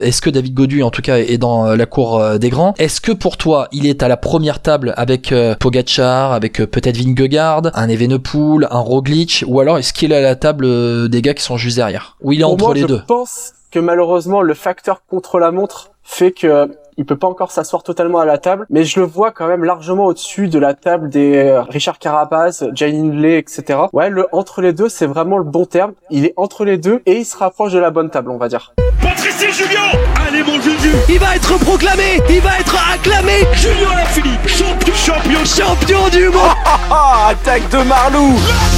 Est-ce que David Gaudu, en tout cas, est dans la cour des grands? Est-ce que pour toi, il est à la première table avec Pogačar, avec peut-être Vingegaard, un Evenepoel, un Roglic, ou alors est-ce qu'il est à la table des gars qui sont juste derrière? Ou il est entre les deux? Je pense que malheureusement, le facteur contre-la-montre fait que il peut pas encore s'asseoir totalement à la table, mais je le vois quand même largement au-dessus de la table des Richard Carapaz, Jay Hindley, etc. Ouais, entre les deux, c'est vraiment le bon terme. Il est entre les deux et il se rapproche de la bonne table, on va dire. Patrice Julien, allez mon Juju, il va être proclamé, il va être acclamé. Julien Alaphilippe, champion du monde. Attaque de Marlou.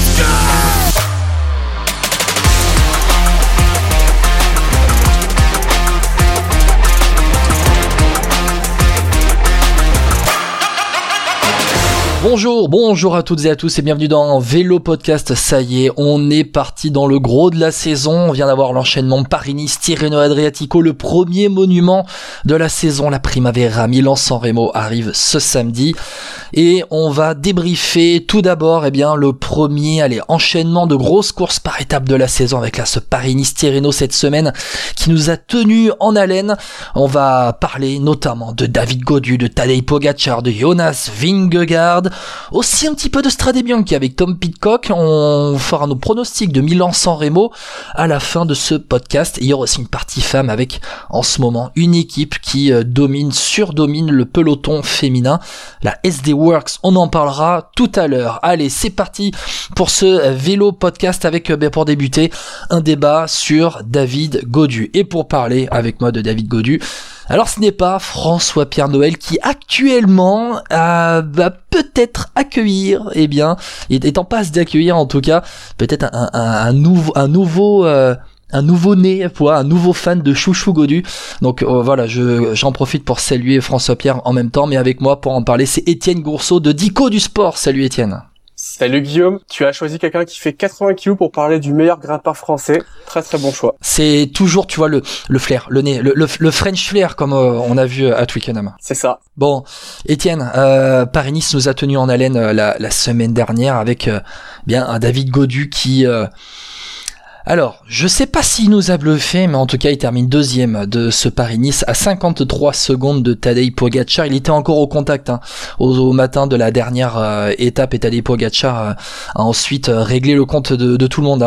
Bonjour à toutes et à tous et bienvenue dans Vélo Podcast. Ça y est, on est parti dans le gros de la saison. On vient d'avoir l'enchaînement Paris-Nice, Tirreno-Adriatico, le premier monument de la saison, la Primavera. Milan-San Remo arrive ce samedi et on va débriefer tout d'abord le premier enchaînement de grosses courses par étape de la saison avec ce Paris-Nice Tirreno cette semaine qui nous a tenus en haleine. On va parler notamment de David Gaudu, de Tadej Pogačar, de Jonas Vingegaard, aussi un petit peu de Strade Bianche avec Tom Pidcock. On fera nos pronostics de Milan-San Remo à la fin de ce podcast. Il y aura aussi une partie femme avec en ce moment une équipe qui surdomine le peloton féminin, la SD Works. On en parlera tout à l'heure. Allez, c'est parti pour ce Vélo Podcast avec pour débuter un débat sur David Gaudu. Et pour parler avec moi de David Gaudu, alors ce n'est pas François-Pierre Noël qui actuellement va peut-être accueillir, il est en passe d'accueillir en tout cas, peut-être un nouveau-né, un nouveau fan de Chouchou Gaudu. Donc voilà, j'en profite pour saluer François-Pierre en même temps, mais avec moi pour en parler, c'est Étienne Gourceau de Dico du Sport. Salut Étienne. Salut Guillaume, tu as choisi quelqu'un qui fait 80 kilos pour parler du meilleur grimpeur français. Très très bon choix. C'est toujours, tu vois, le flair, le nez, le French flair comme on a vu à Twickenham. C'est ça. Bon, Étienne, Paris-Nice nous a tenus en haleine la semaine dernière avec un David Gaudu qui... Alors, je sais pas s'il nous a bluffé, mais en tout cas, il termine deuxième de ce Paris-Nice à 53 secondes de Tadej Pogačar. Il était encore au contact au matin de la dernière étape et Tadej Pogačar a ensuite réglé le compte de tout le monde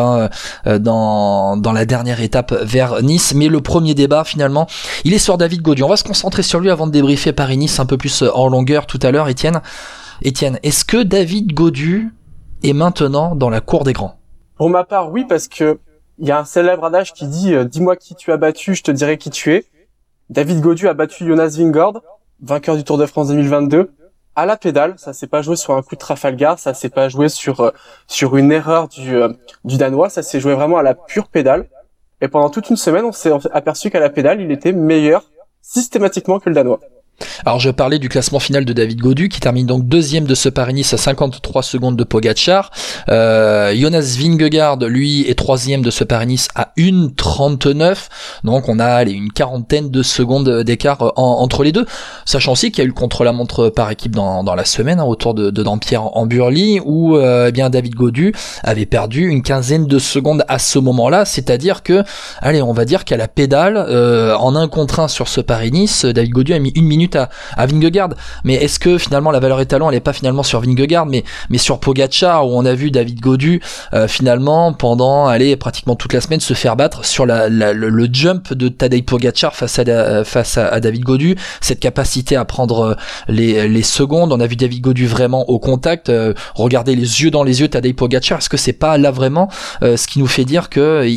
dans la dernière étape vers Nice. Mais le premier débat, finalement, il est sur David Gaudu. On va se concentrer sur lui avant de débriefer Paris-Nice un peu plus en longueur tout à l'heure. Étienne, est-ce que David Gaudu est maintenant dans la cour des grands? Pour ma part, oui, parce que il y a un célèbre adage qui dit dis-moi qui tu as battu, je te dirai qui tu es. David Gaudu a battu Jonas Vingegaard, vainqueur du Tour de France 2022, à la pédale. Ça s'est pas joué sur un coup de Trafalgar, ça s'est pas joué sur une erreur du Danois, ça s'est joué vraiment à la pure pédale. Et pendant toute une semaine, on s'est aperçu qu'à la pédale, il était meilleur systématiquement que le Danois. Alors je parlais du classement final de David Gaudu qui termine donc deuxième de ce Paris-Nice à 53 secondes de Pogačar. Jonas Vingegaard lui est troisième de ce Paris-Nice à 1,39. Donc on a une quarantaine de secondes d'écart entre les deux. Sachant aussi qu'il y a eu le contre-la-montre par équipe dans la semaine autour de Dampierre en Burly où David Gaudu avait perdu une quinzaine de secondes à ce moment-là. C'est-à-dire que, on va dire qu'à la pédale, en 1 contre 1 sur ce Paris-Nice, David Gaudu a mis 1 minute à Vingegaard. Mais est-ce que finalement la valeur étalon elle est pas finalement sur Vingegaard mais sur Pogačar où on a vu David Gaudu finalement pendant pratiquement toute la semaine se faire battre sur le jump de Tadej Pogačar face à David Gaudu, cette capacité à prendre les secondes. On a vu David Gaudu vraiment au contact, regarder les yeux dans les yeux Tadej Pogačar. Est-ce que c'est pas là vraiment ce qui nous fait dire que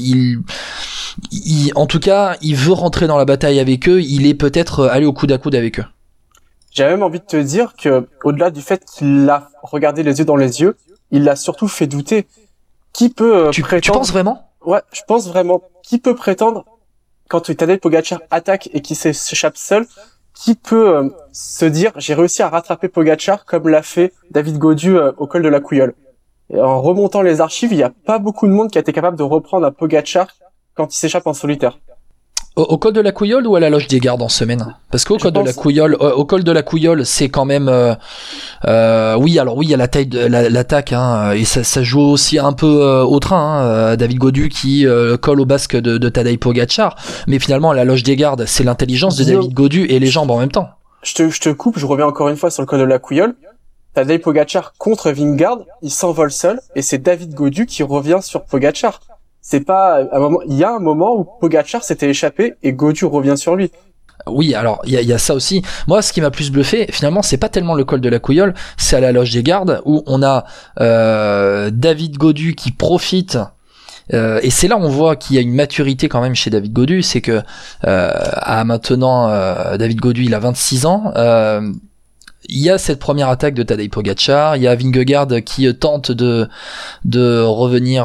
en tout cas il veut rentrer dans la bataille avec eux, il est peut-être allé au coude à coude avec eux? J'ai même envie de te dire que, au-delà du fait qu'il l'a regardé les yeux dans les yeux, il l'a surtout fait douter. Qui peut prétendre... Tu penses vraiment? Ouais, je pense vraiment. Qui peut prétendre, quand Tadej Pogačar attaque et qu'il s'échappe seul, qui peut se dire, j'ai réussi à rattraper Pogačar comme l'a fait David Gaudu au col de la Couilleule. Et en remontant les archives, il n'y a pas beaucoup de monde qui a été capable de reprendre un Pogačar quand il s'échappe en solitaire. Au col de la Couillole ou à la Loge des Gardes en semaine? Parce qu'au col de la Couillole, c'est quand même, oui, il y a la taille de l'attaque, hein, et ça joue aussi un peu au train, hein, David Gaudu qui colle au basque de Tadej Pogačar, mais finalement à la Loge des Gardes, c'est l'intelligence de David Gaudu et les jambes en même temps. Je te coupe, je reviens encore une fois sur le col de la Couillole. Tadej Pogačar contre Vingegaard, il s'envole seul, et c'est David Gaudu qui revient sur Pogačar. C'est pas il y a un moment où Pogačar s'était échappé et Gaudu revient sur lui. Oui, alors il y a ça aussi. Moi, ce qui m'a plus bluffé, finalement, c'est pas tellement le col de la Couillole, c'est à la Loge des Gardes où on a David Gaudu qui profite. Et c'est là où on voit qu'il y a une maturité quand même chez David Gaudu, c'est que à maintenant David Gaudu, il a 26 ans. Il y a cette première attaque de Tadej Pogačar, il y a Vingegaard qui tente de revenir,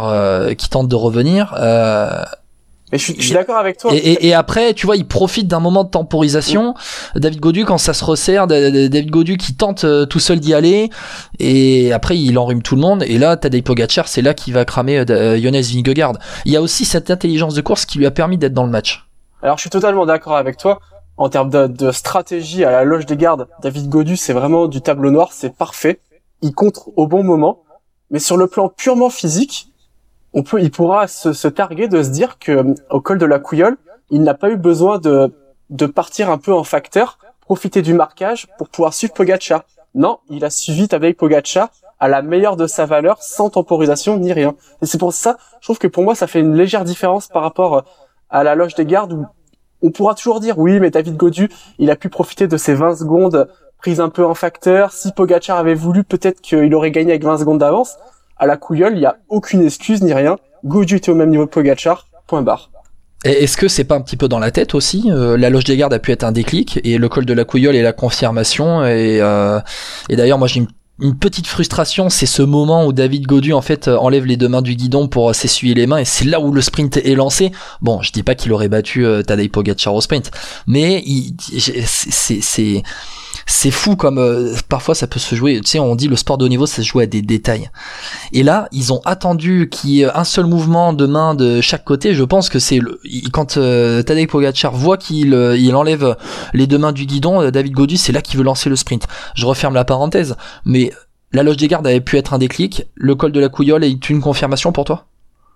Mais je suis d'accord avec toi. Et après, tu vois, il profite d'un moment de temporisation. David Gaudu, quand ça se resserre, David Gaudu qui tente tout seul d'y aller, et après il enrhume tout le monde. Et là, Tadej Pogačar, c'est là qu'il va cramer Jonas Vingegaard. Il y a aussi cette intelligence de course qui lui a permis d'être dans le match. Alors, je suis totalement d'accord avec toi. En termes de stratégie à la Loge des Gardes, David Gaudu, c'est vraiment du tableau noir, c'est parfait. Il contre au bon moment. Mais sur le plan purement physique, il pourra se targuer de se dire que au col de la Couillole, il n'a pas eu besoin de partir un peu en facteur, profiter du marquage pour pouvoir suivre Pogačar. Non, il a suivi Tadej Pogačar à la meilleure de sa valeur, sans temporisation ni rien. Et c'est pour ça, je trouve que pour moi, ça fait une légère différence par rapport à la Loge des Gardes où on pourra toujours dire oui, mais David Gaudu, il a pu profiter de ces 20 secondes prises un peu en facteur. Si Pogačar avait voulu, peut-être qu'il aurait gagné avec 20 secondes d'avance. À la Couillole, il y a aucune excuse ni rien. Gaudu était au même niveau que Pogačar. Point barre. Et est-ce que c'est pas un petit peu dans la tête aussi? La Loge des Gardes a pu être un déclic et le col de la Couillole est la confirmation. Et d'ailleurs, moi j'ai une petite frustration, c'est ce moment où David Gaudu en fait enlève les deux mains du guidon pour s'essuyer les mains, et c'est là où le sprint est lancé. Bon, je dis pas qu'il aurait battu Tadej Pogačar au sprint, mais c'est fou comme parfois ça peut se jouer. Tu sais, on dit le sport de haut niveau, ça se joue à des détails. Et là, ils ont attendu qu'il y ait un seul mouvement de main de chaque côté. Je pense que c'est quand Tadej Pogačar voit qu'il enlève les deux mains du guidon, David Gaudu, c'est là qu'il veut lancer le sprint. Je referme la parenthèse, mais la Loge des Gardes avait pu être un déclic. Le col de la Couillole est une confirmation pour toi?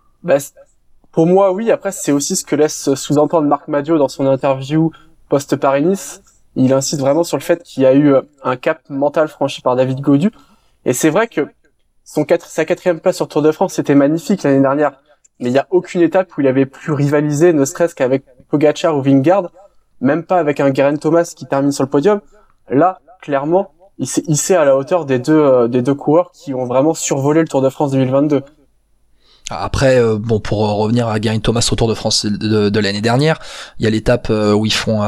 Pour moi, oui. Après, c'est aussi ce que laisse sous-entendre Marc Madiot dans son interview post-Paris-Nice. Il insiste vraiment sur le fait qu'il y a eu un cap mental franchi par David Gaudu. Et c'est vrai que sa 4e place sur Tour de France, c'était magnifique l'année dernière. Mais il n'y a aucune étape où il avait pu rivaliser, ne serait-ce qu'avec Pogačar ou Vingegaard, même pas avec un Geraint Thomas qui termine sur le podium. Là, clairement, il s'est hissé à la hauteur des deux coureurs qui ont vraiment survolé le Tour de France 2022. Après, bon, pour revenir à Geraint Thomas au Tour de France de l'année dernière, il y a l'étape où ils font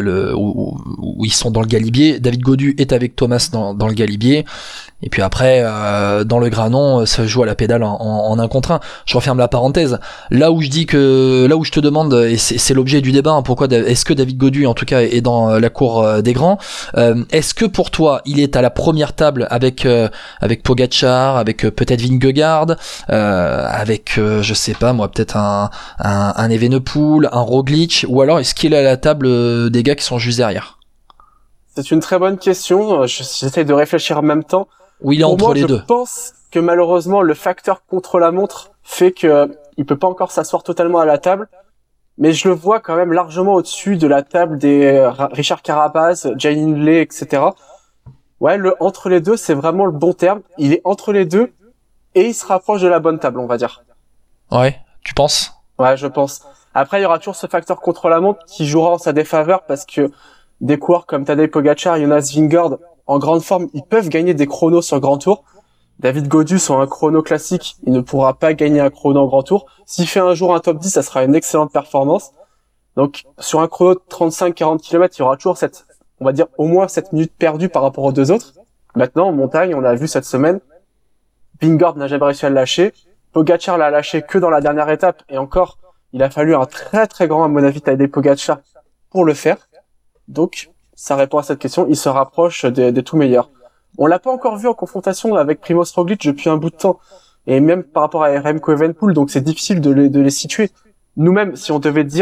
où ils sont dans le Galibier. David Gaudu est avec Thomas dans le Galibier. Et puis après, dans le Granon, ça joue à la pédale en 1 contre 1. Je referme la parenthèse. Là où je te demande, et c'est l'objet du débat, hein, pourquoi est-ce que David Gaudu, en tout cas, est dans la cour des grands, est-ce que pour toi, il est à la première table avec Pogačar, avec peut-être Vingegaard, avec je sais pas moi, peut-être un Evenepoel, un Roglic, ou alors est-ce qu'il est à la table des gars qui sont juste derrière? C'est une très bonne question. J'essaie de réfléchir en même temps. Ou il est entre les deux? Je pense que malheureusement le facteur contre la montre fait que il peut pas encore s'asseoir totalement à la table, mais je le vois quand même largement au-dessus de la table des Richard Carapaz, Jay Hindley, etc. Ouais, entre les deux, c'est vraiment le bon terme. Il est entre les deux et il se rapproche de la bonne table, on va dire. Ouais, tu penses? Ouais, je pense. Après, il y aura toujours ce facteur contre la montre qui jouera en sa défaveur parce que des coureurs comme Tadej Pogačar, Jonas Vingegaard, en grande forme, ils peuvent gagner des chronos sur Grand Tour. David Gaudu, sur un chrono classique, il ne pourra pas gagner un chrono en Grand Tour. S'il fait un jour un top 10, ça sera une excellente performance. Donc, sur un chrono de 35-40 km, il y aura toujours on va dire, au moins 7 minutes perdues par rapport aux deux autres. Maintenant, en montagne, on a vu cette semaine, Vingegaard n'a jamais réussi à le lâcher. Pogačar l'a lâché que dans la dernière étape. Et encore, il a fallu un très très grand, à mon avis, Tadej Pogačar pour le faire. Donc, ça répond à cette question. Il se rapproche des tout meilleurs. On l'a pas encore vu en confrontation avec Primož Roglic depuis un bout de temps. Et même par rapport à Remco Evenepoel, donc c'est difficile de les situer. Nous-mêmes, si on devait dire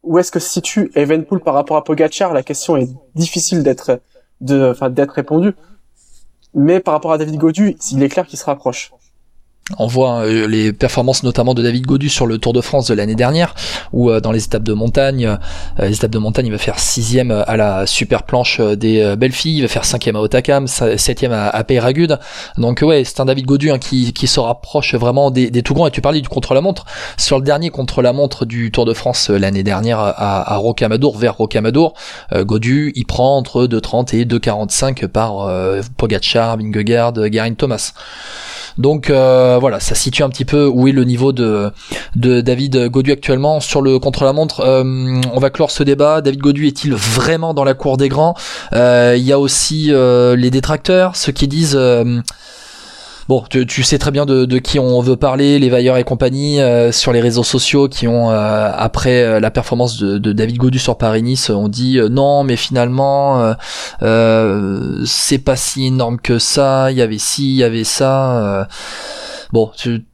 où est-ce que se situe Evenepoel par rapport à Pogačar? La question est difficile d'être répondue. Mais par rapport à David Gaudu, il est clair qu'il se rapproche. On voit les performances notamment de David Gaudu sur le Tour de France de l'année dernière, où dans les étapes de montagne, il va faire 6e à la super planche des belles filles, il va faire 5e à Hautacam, 7e à Peyragudes. Donc ouais, c'est un David Gaudu qui se rapproche vraiment des tout grands. Et tu parlais du contre-la-montre. Sur le dernier contre-la-montre du Tour de France l'année dernière à Rocamadour, vers Rocamadour, Gaudu, il prend entre 2,30 et 2,45 par Pogačar, Vingegaard, Geraint Thomas. Donc voilà, ça situe un petit peu où est le niveau de David Gaudu actuellement sur le contre-la-montre. On va clore ce débat. David Gaudu est-il vraiment dans la cour des grands? Il y a aussi les détracteurs, ceux qui disent bon, tu sais très bien de qui on veut parler, les Vailleur et compagnie sur les réseaux sociaux qui ont après la performance de David Gaudu sur Paris-Nice, on dit non mais finalement c'est pas si énorme que ça, il y avait ci, il y avait ça. Bon,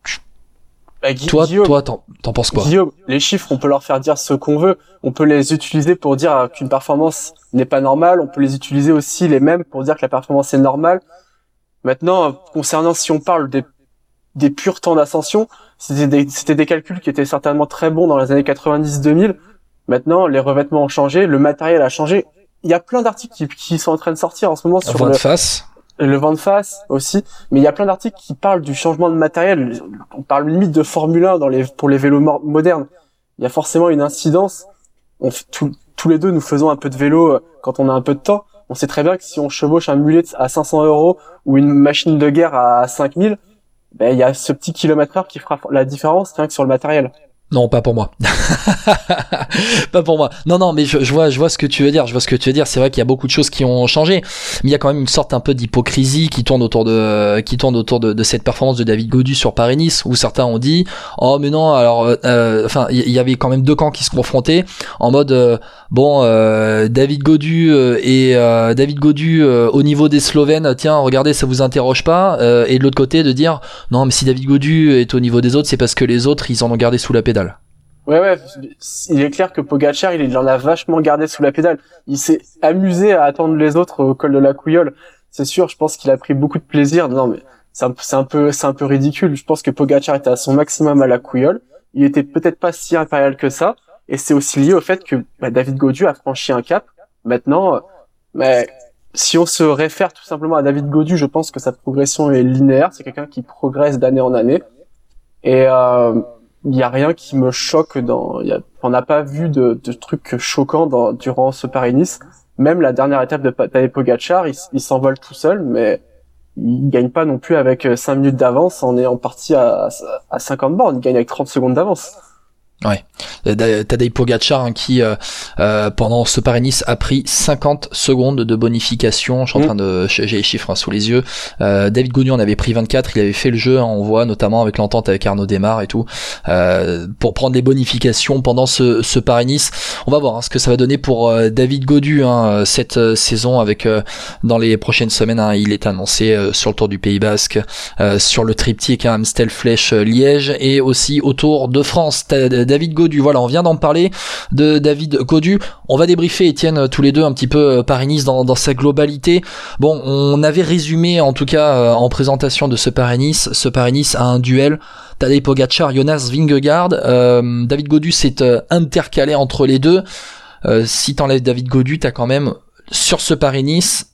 toi t'en penses quoi? Guillaume, les chiffres, on peut leur faire dire ce qu'on veut, on peut les utiliser pour dire qu'une performance n'est pas normale, on peut les utiliser aussi les mêmes pour dire que la performance est normale. Maintenant, concernant si on parle des purs temps d'ascension, c'était des calculs qui étaient certainement très bons dans les années 90-2000. Maintenant, les revêtements ont changé, le matériel a changé. Il y a plein d'articles qui sont en train de sortir en ce moment sur le vent de face aussi, mais il y a plein d'articles qui parlent du changement de matériel. On parle limite de Formule 1 pour les vélos modernes. Il y a forcément une incidence. Tous les deux, nous faisons un peu de vélo quand on a un peu de temps. On sait très bien que si on chevauche un mulet à 500 € ou une machine de guerre à 5000, ben, il y a ce petit kilomètre-heure qui fera la différence, rien que sur le matériel. Non, pas pour moi. Pas pour moi. Non, mais je vois ce que tu veux dire. C'est vrai qu'il y a beaucoup de choses qui ont changé, mais il y a quand même une sorte un peu d'hypocrisie qui tourne autour de cette performance de David Gaudu sur Paris-Nice, où certains ont dit, oh, mais non, alors, il y avait quand même deux camps qui se confrontaient, en mode, David Gaudu au niveau des Slovènes, tiens, regardez, ça vous interroge pas, et de l'autre côté de dire, non, mais si David Gaudu est au niveau des autres, c'est parce que les autres, ils en ont gardé sous la pédale. Ouais, il est clair que Pogačar, il en a vachement gardé sous la pédale. Il s'est amusé à attendre les autres au col de la Couillole. C'est sûr, je pense qu'il a pris beaucoup de plaisir. Non, mais c'est un peu ridicule. Je pense que Pogačar était à son maximum à la Couillole. Il était peut-être pas si impérial que ça. Et c'est aussi lié au fait que David Gaudu a franchi un cap. Maintenant, si on se réfère tout simplement à David Gaudu, je pense que sa progression est linéaire. C'est quelqu'un qui progresse d'année en année. Et il y a rien qui me choque on n'a pas vu de trucs choquants durant ce Paris-Nice. Même la dernière étape de Tadej Pogačar, il s'envole tout seul, mais il gagne pas non plus avec 5 minutes d'avance en ayant parti à 50 bornes. Il gagne avec 30 secondes d'avance. Ouais, Tadej Pogačar qui pendant ce Paris-Nice a pris 50 secondes de bonification. Je suis en train de j'ai les chiffres sous les yeux. David Gaudu en avait pris 24, il avait fait le jeu, on voit notamment avec l'entente avec Arnaud Démare et tout, pour prendre des bonifications pendant ce Paris-Nice. On va voir ce que ça va donner pour David Gaudu cette saison, avec dans les prochaines semaines il est annoncé sur le Tour du Pays Basque, sur le triptyque Amstel Flèche Liège, et aussi au Tour de France. David Gaudu, voilà, on vient d'en parler de David Gaudu. On va débriefer, Étienne, tous les deux un petit peu Paris-Nice dans sa globalité. Bon, on avait résumé en tout cas en présentation de ce Paris-Nice à un duel Tadej Pogačar, Jonas Vingegaard. David Gaudu s'est intercalé entre les deux. Si t'enlèves David Gaudu, t'as quand même sur ce Paris-Nice,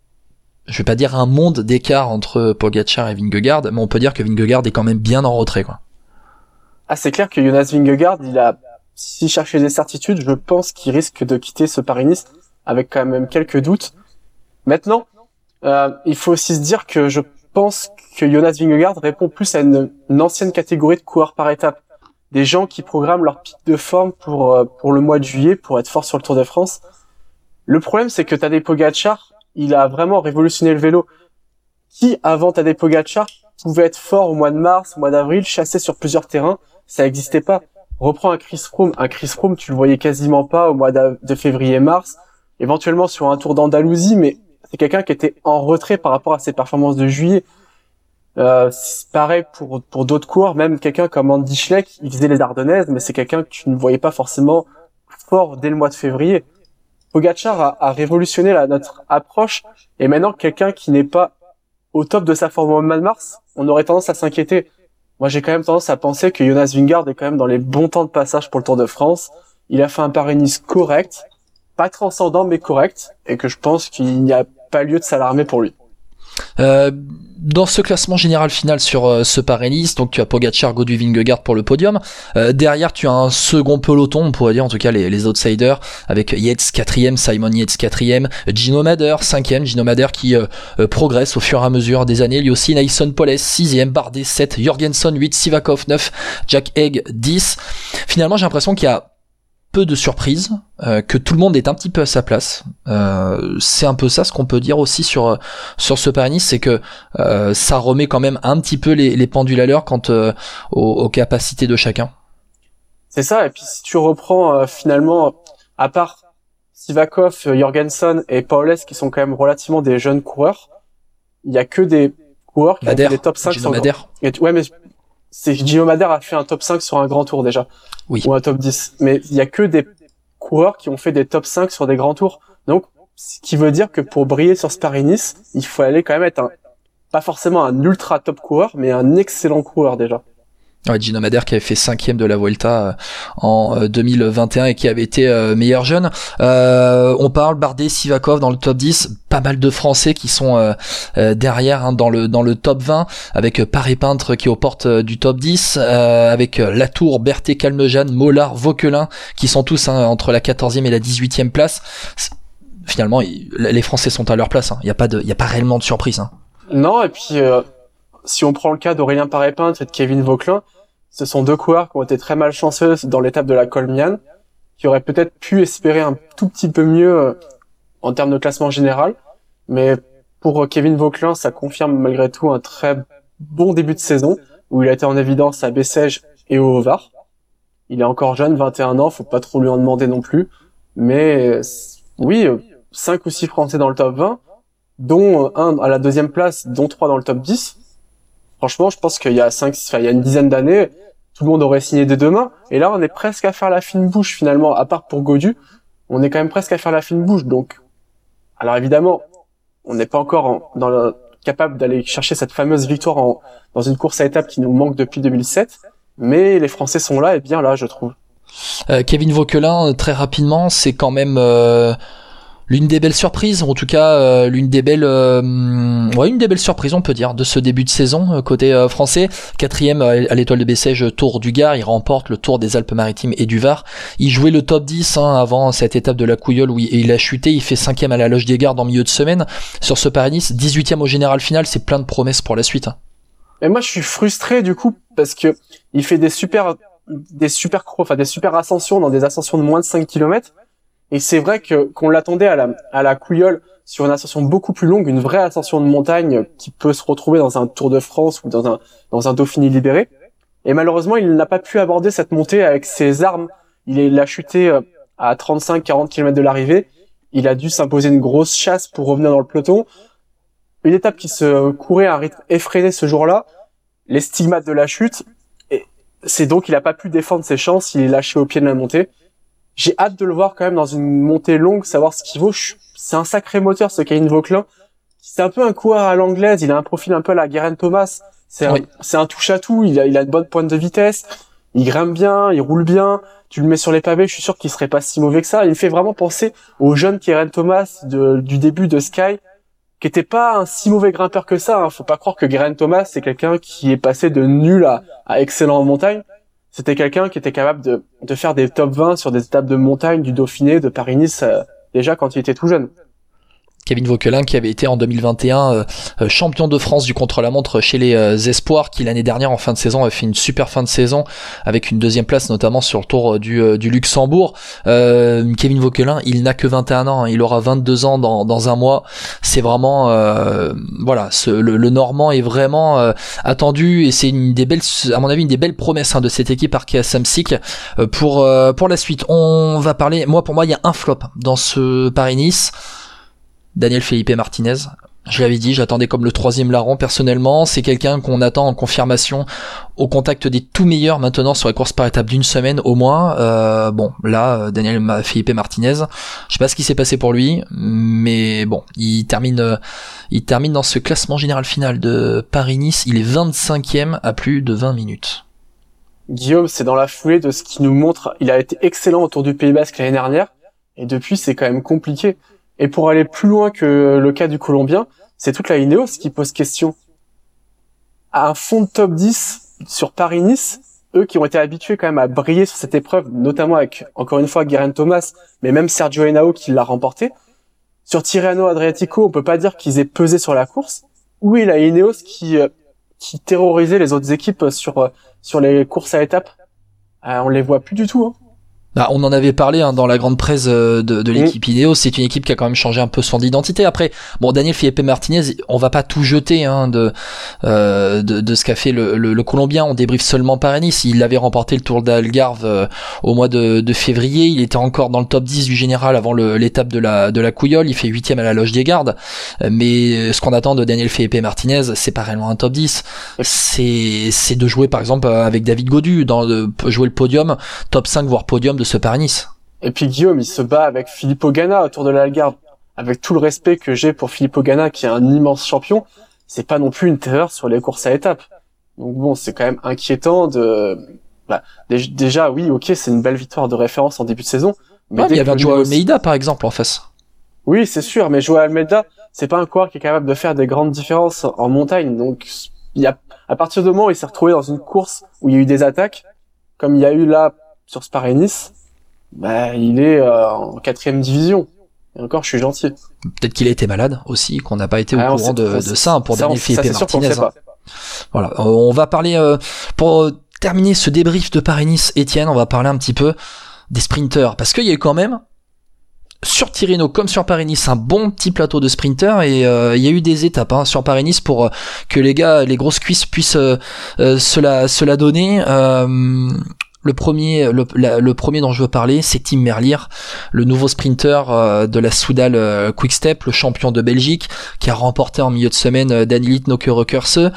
je vais pas dire un monde d'écart entre Pogačar et Vingegaard, mais on peut dire que Vingegaard est quand même bien en retrait, quoi. Ah, c'est clair que Jonas Vingegaard, s'il cherchait des certitudes, je pense qu'il risque de quitter ce Paris-Nice avec quand même quelques doutes. Maintenant, il faut aussi se dire que je pense que Jonas Vingegaard répond plus à une ancienne catégorie de coureurs par étapes. Des gens qui programment leur pic de forme pour le mois de juillet, pour être fort sur le Tour de France. Le problème, c'est que Tadej Pogačar, il a vraiment révolutionné le vélo. Qui, avant Tadej Pogačar, pouvait être fort au mois de mars, au mois d'avril, chasser sur plusieurs terrains? Ça n'existait pas. Reprends un Chris Froome. Un Chris Froome, tu le voyais quasiment pas au mois de février-mars. Éventuellement sur un Tour d'Andalousie, mais c'est quelqu'un qui était en retrait par rapport à ses performances de juillet. C'est pareil pour d'autres coureurs, même quelqu'un comme Andy Schleck, il faisait les Ardennaises, mais c'est quelqu'un que tu ne voyais pas forcément fort dès le mois de février. Pogačar a révolutionné notre approche, et maintenant quelqu'un qui n'est pas au top de sa forme au mois de mars, on aurait tendance à s'inquiéter. Moi, j'ai quand même tendance à penser que Jonas Vingegaard est quand même dans les bons temps de passage pour le Tour de France. Il a fait un Paris-Nice correct, pas transcendant mais correct, et que je pense qu'il n'y a pas lieu de s'alarmer pour lui. Dans ce classement général final sur ce Paris-Nice, donc tu as Pogačar, Gaudu, Vingegaard pour le podium. Derrière, tu as un second peloton, on pourrait dire en tout cas les outsiders, avec Yates 4e, Simon Yates 4e, Gino Mader 5e, Gino Mader qui progresse au fur et à mesure des années. Lui aussi, Nason Powless 6e, Bardet 7, Jorgenson 8, Sivakov 9, Jack Haig 10. Finalement, j'ai l'impression qu'il y a peu de surprises, que tout le monde est un petit peu à sa place. C'est un peu ça ce qu'on peut dire aussi sur ce Paris-Nice, c'est que ça remet quand même un petit peu les pendules à l'heure quant aux capacités de chacun. C'est ça, et puis si tu reprends finalement, à part Sivakov, Jorgenson et Powless qui sont quand même relativement des jeunes coureurs, il y a que des coureurs qui ont fait des top 5 sur ouais, mais Gino Mader a fait un top 5 sur un grand tour déjà. Oui. Ou un top 10. Mais il y a que des coureurs qui ont fait des top 5 sur des grands tours. Donc, ce qui veut dire que pour briller sur ce Paris-Nice, il faut aller quand même être pas forcément un ultra top coureur, mais un excellent coureur déjà. Ouais, Gino Mader qui avait fait 5e de la Vuelta en 2021 et qui avait été meilleur jeune. On parle Bardet, Sivakov dans le top 10, pas mal de Français qui sont derrière dans le top 20, avec Paré-Peintre qui est aux portes du top 10, avec Latour, Berthet, Calmejane, Mollard, Vauquelin qui sont tous entre la 14e et la 18e place. Finalement, les Français sont à leur place. Il y a pas réellement de surprise. Non, et puis si on prend le cas d'Aurélien Paré-Peintre et de Kevin Vauquelin, ce sont deux coureurs qui ont été très malchanceux dans l'étape de la Colmiane, qui auraient peut-être pu espérer un tout petit peu mieux en termes de classement général. Mais pour Kevin Vauquelin, ça confirme malgré tout un très bon début de saison, où il a été en évidence à Bessèges et au Var. Il est encore jeune, 21 ans, faut pas trop lui en demander non plus. Mais oui, 5 ou 6 Français dans le top 20, dont un à la 2e place, dont 3 dans le top 10. Franchement, je pense qu'il y a il y a une dizaine d'années, tout le monde aurait signé des deux mains. Et là, on est presque à faire la fine bouche, finalement, à part pour Gaudu. On est quand même presque à faire la fine bouche. Donc, alors évidemment, on n'est pas encore capable d'aller chercher cette fameuse victoire dans une course à étapes qui nous manque depuis 2007. Mais les Français sont là, et bien là, je trouve. Kevin Vauquelin, très rapidement, c'est quand même l'une des belles surprises, en tout cas une des belles surprises on peut dire de ce début de saison côté français. 4e à l'Étoile de Bessèges, Tour du Gard, il remporte le Tour des Alpes-Maritimes et du Var. Il jouait le top 10 avant cette étape de la Couilleule où il a chuté, il fait 5e à la Loge des Gardes en milieu de semaine sur ce Paris-Nice, 18e au général final, c'est plein de promesses pour la suite. Et moi je suis frustré du coup parce que il fait des super ascensions dans des ascensions de moins de 5 km. Et c'est vrai qu'on l'attendait à la Couilleule sur une ascension beaucoup plus longue, une vraie ascension de montagne qui peut se retrouver dans un Tour de France ou dans un Dauphiné libéré. Et malheureusement, il n'a pas pu aborder cette montée avec ses armes. Il a chuté à 35-40 km de l'arrivée. Il a dû s'imposer une grosse chasse pour revenir dans le peloton. Une étape qui se courait à un rythme effréné ce jour-là. Les stigmates de la chute. Et c'est donc qu'il n'a pas pu défendre ses chances. Il est lâché au pied de la montée. J'ai hâte de le voir quand même dans une montée longue, savoir ce qu'il vaut. C'est un sacré moteur, ce Kevin Vauquelin. C'est un peu un coureur à l'anglaise. Il a un profil un peu à la Geraint Thomas. C'est un touche à tout. Il a une bonne pointe de vitesse. Il grimpe bien, il roule bien. Tu le mets sur les pavés, je suis sûr qu'il serait pas si mauvais que ça. Il me fait vraiment penser au jeune Geraint Thomas du début de Sky, qui était pas un si mauvais grimpeur que ça. Faut pas croire que Geraint Thomas, c'est quelqu'un qui est passé de nul à excellent en montagne. C'était quelqu'un qui était capable de faire des top 20 sur des étapes de montagne, du Dauphiné, de Paris-Nice, déjà quand il était tout jeune. Kevin Vauquelin qui avait été en 2021 champion de France du contre-la-montre chez les Espoirs, qui l'année dernière en fin de saison avait fait une super fin de saison avec une 2e place notamment sur le Tour du Luxembourg. Kevin Vauquelin, il n'a que 21 ans, il aura 22 ans dans un mois. C'est vraiment le Normand est vraiment attendu et c'est une des belles, à mon avis, une des belles promesses de cette équipe Arkea Samsic pour la suite. On va parler, pour moi il y a un flop dans ce Paris-Nice. Daniel Felipe Martinez, Je l'avais dit, j'attendais comme le 3e larron personnellement. C'est quelqu'un qu'on attend en confirmation au contact des tout meilleurs maintenant sur les courses par étapes d'une semaine au moins. Bon, là, Daniel Felipe Martinez, je sais pas ce qui s'est passé pour lui, mais bon, il termine dans ce classement général final de Paris-Nice. Il est 25e à plus de 20 minutes. Guillaume, c'est dans la foulée de ce qu'il nous montre. Il a été excellent autour du Pays Basque l'année dernière, et depuis, c'est quand même compliqué. Et pour aller plus loin que le cas du Colombien, c'est toute la Ineos qui pose question. À un fond de top 10 sur Paris-Nice, eux qui ont été habitués quand même à briller sur cette épreuve, notamment avec, encore une fois, Geraint Thomas, mais même Sergio Henao qui l'a remporté. Sur Tirreno Adriatico, on peut pas dire qu'ils aient pesé sur la course. Où est la Ineos qui terrorisait les autres équipes sur les courses à étapes? On les voit plus du tout, hein. Bah, on en avait parlé dans la grande presse de l'équipe Ineos. C'est une équipe qui a quand même changé un peu son identité. Après, bon, Daniel Felipe Martinez, on va pas tout jeter de ce qu'a fait le Colombien. On débriefe seulement Paris-Nice. Il avait remporté le Tour d'Algarve au mois de février. Il était encore dans le top 10 du général avant l'étape de la Couillole. Il fait 8e à la Loge des Gardes. Mais ce qu'on attend de Daniel Felipe Martinez, c'est pas réellement un top 10. C'est de jouer par exemple avec David Gaudu, jouer le podium, top 5 voire podium de ce Paris-Nice. Et puis Guillaume, il se bat avec Filippo Ganna autour de l'Algarve. Avec tout le respect que j'ai pour Filippo Ganna, qui est un immense champion, c'est pas non plus une terreur sur les courses à étapes. Donc bon, c'est quand même inquiétant déjà, oui, ok, c'est une belle victoire de référence en début de saison. Mais il y avait un Joao Almeida, par exemple, en face. Oui, c'est sûr, mais Joao Almeida, c'est pas un coureur qui est capable de faire des grandes différences en montagne. Donc, à partir du moment où il s'est retrouvé dans une course où il y a eu des attaques, comme il y a eu là, sur ce Paris-Nice, il est en 4e division. Et encore, je suis gentil. Peut-être qu'il a été malade aussi, qu'on n'a pas été au courant de ça pour Daniel Felipe Martinez. Voilà, on va parler pour terminer ce débrief de Paris-Nice, Étienne, on va parler un petit peu des sprinters, parce qu'il y a eu quand même sur Tirreno comme sur Paris-Nice un bon petit plateau de sprinters, et il y a eu des étapes sur Paris-Nice pour que les grosses cuisses puissent se la donner. Le premier dont je veux parler, c'est Tim Merlier, le nouveau sprinter de la Soudal Quick-Step, le champion de Belgique, qui a remporté en milieu de semaine Danilit Nokerekerse.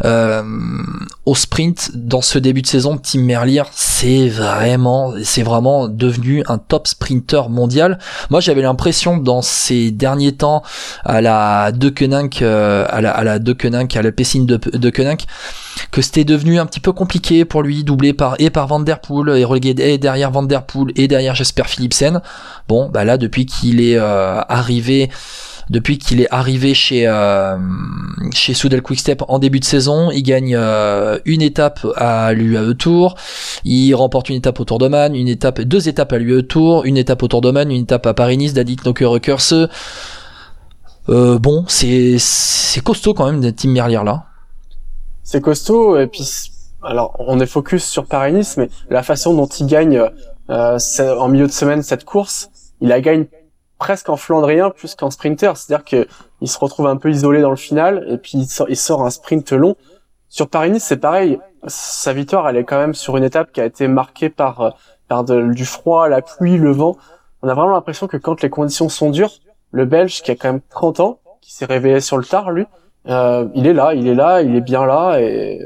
Au sprint, dans ce début de saison, Tim Merlier, c'est vraiment devenu un top sprinter mondial. Moi, j'avais l'impression dans ces derniers temps à la Deceuninck, à la Pessine de Deceuninck, que c'était devenu un petit peu compliqué pour lui, doublé par Van Der Poel, et relégué derrière Van Der Poel et derrière Jasper Philipsen. Bon, là, depuis qu'il est arrivé chez Soudal Quick-Step en début de saison, il gagne une étape à l'UAE Tour, il remporte une étape au Tour d'Oman, deux étapes à l'UAE Tour, une étape au Tour d'Oman, une étape à Paris-Nice, Danilit Nokerekerse. Bon, c'est costaud quand même, Tim Merlier là. C'est costaud, et puis alors on est focus sur Paris-Nice, mais la façon dont il gagne en milieu de semaine cette course, il la gagne presque en flandrien plus qu'en sprinter, c'est-à-dire que il se retrouve un peu isolé dans le final, et puis il sort un sprint long. Sur Paris-Nice, c'est pareil, sa victoire elle est quand même sur une étape qui a été marquée par du froid, la pluie, le vent. On a vraiment l'impression que quand les conditions sont dures, le Belge qui a quand même 30 ans, qui s'est réveillé sur le tard lui, il est bien là, et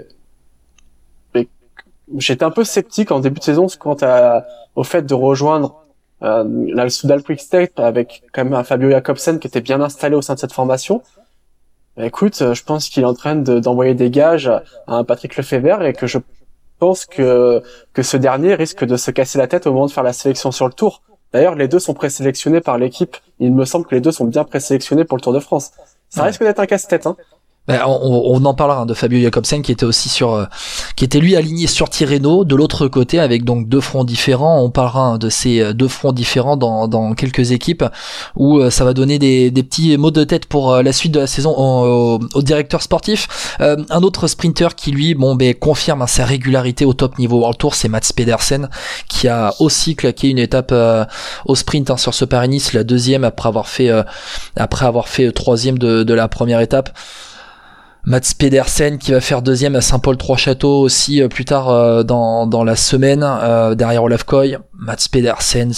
j'étais un peu sceptique en début de saison quant au fait de rejoindre la Soudal Quick-Step avec quand même un Fabio Jakobsen qui était bien installé au sein de cette formation. Écoute, je pense qu'il est en train d'envoyer des gages à un Patrick Lefebvre, et que je pense que ce dernier risque de se casser la tête au moment de faire la sélection sur le Tour. D'ailleurs, les deux sont présélectionnés par l'équipe. Il me semble que les deux sont bien présélectionnés pour le Tour de France. Ça risque d'être un casse-tête, hein. On en parlera de Fabio Jakobsen qui était aussi qui était lui aligné sur Tirreno de l'autre côté, avec donc deux fronts différents. On parlera de ces deux fronts différents dans quelques équipes, où ça va donner des petits mots de tête pour la suite de la saison au directeur sportif. Un autre sprinter qui lui confirme sa régularité au top niveau World Tour, c'est Mats Pedersen, qui a aussi claqué une étape au sprint sur ce Paris-Nice, la deuxième après avoir fait troisième de la première étape. Mats Pedersen qui va faire deuxième à Saint-Paul-Trois-Châteaux aussi plus tard dans la semaine derrière Olaf Koy. Mats Pedersen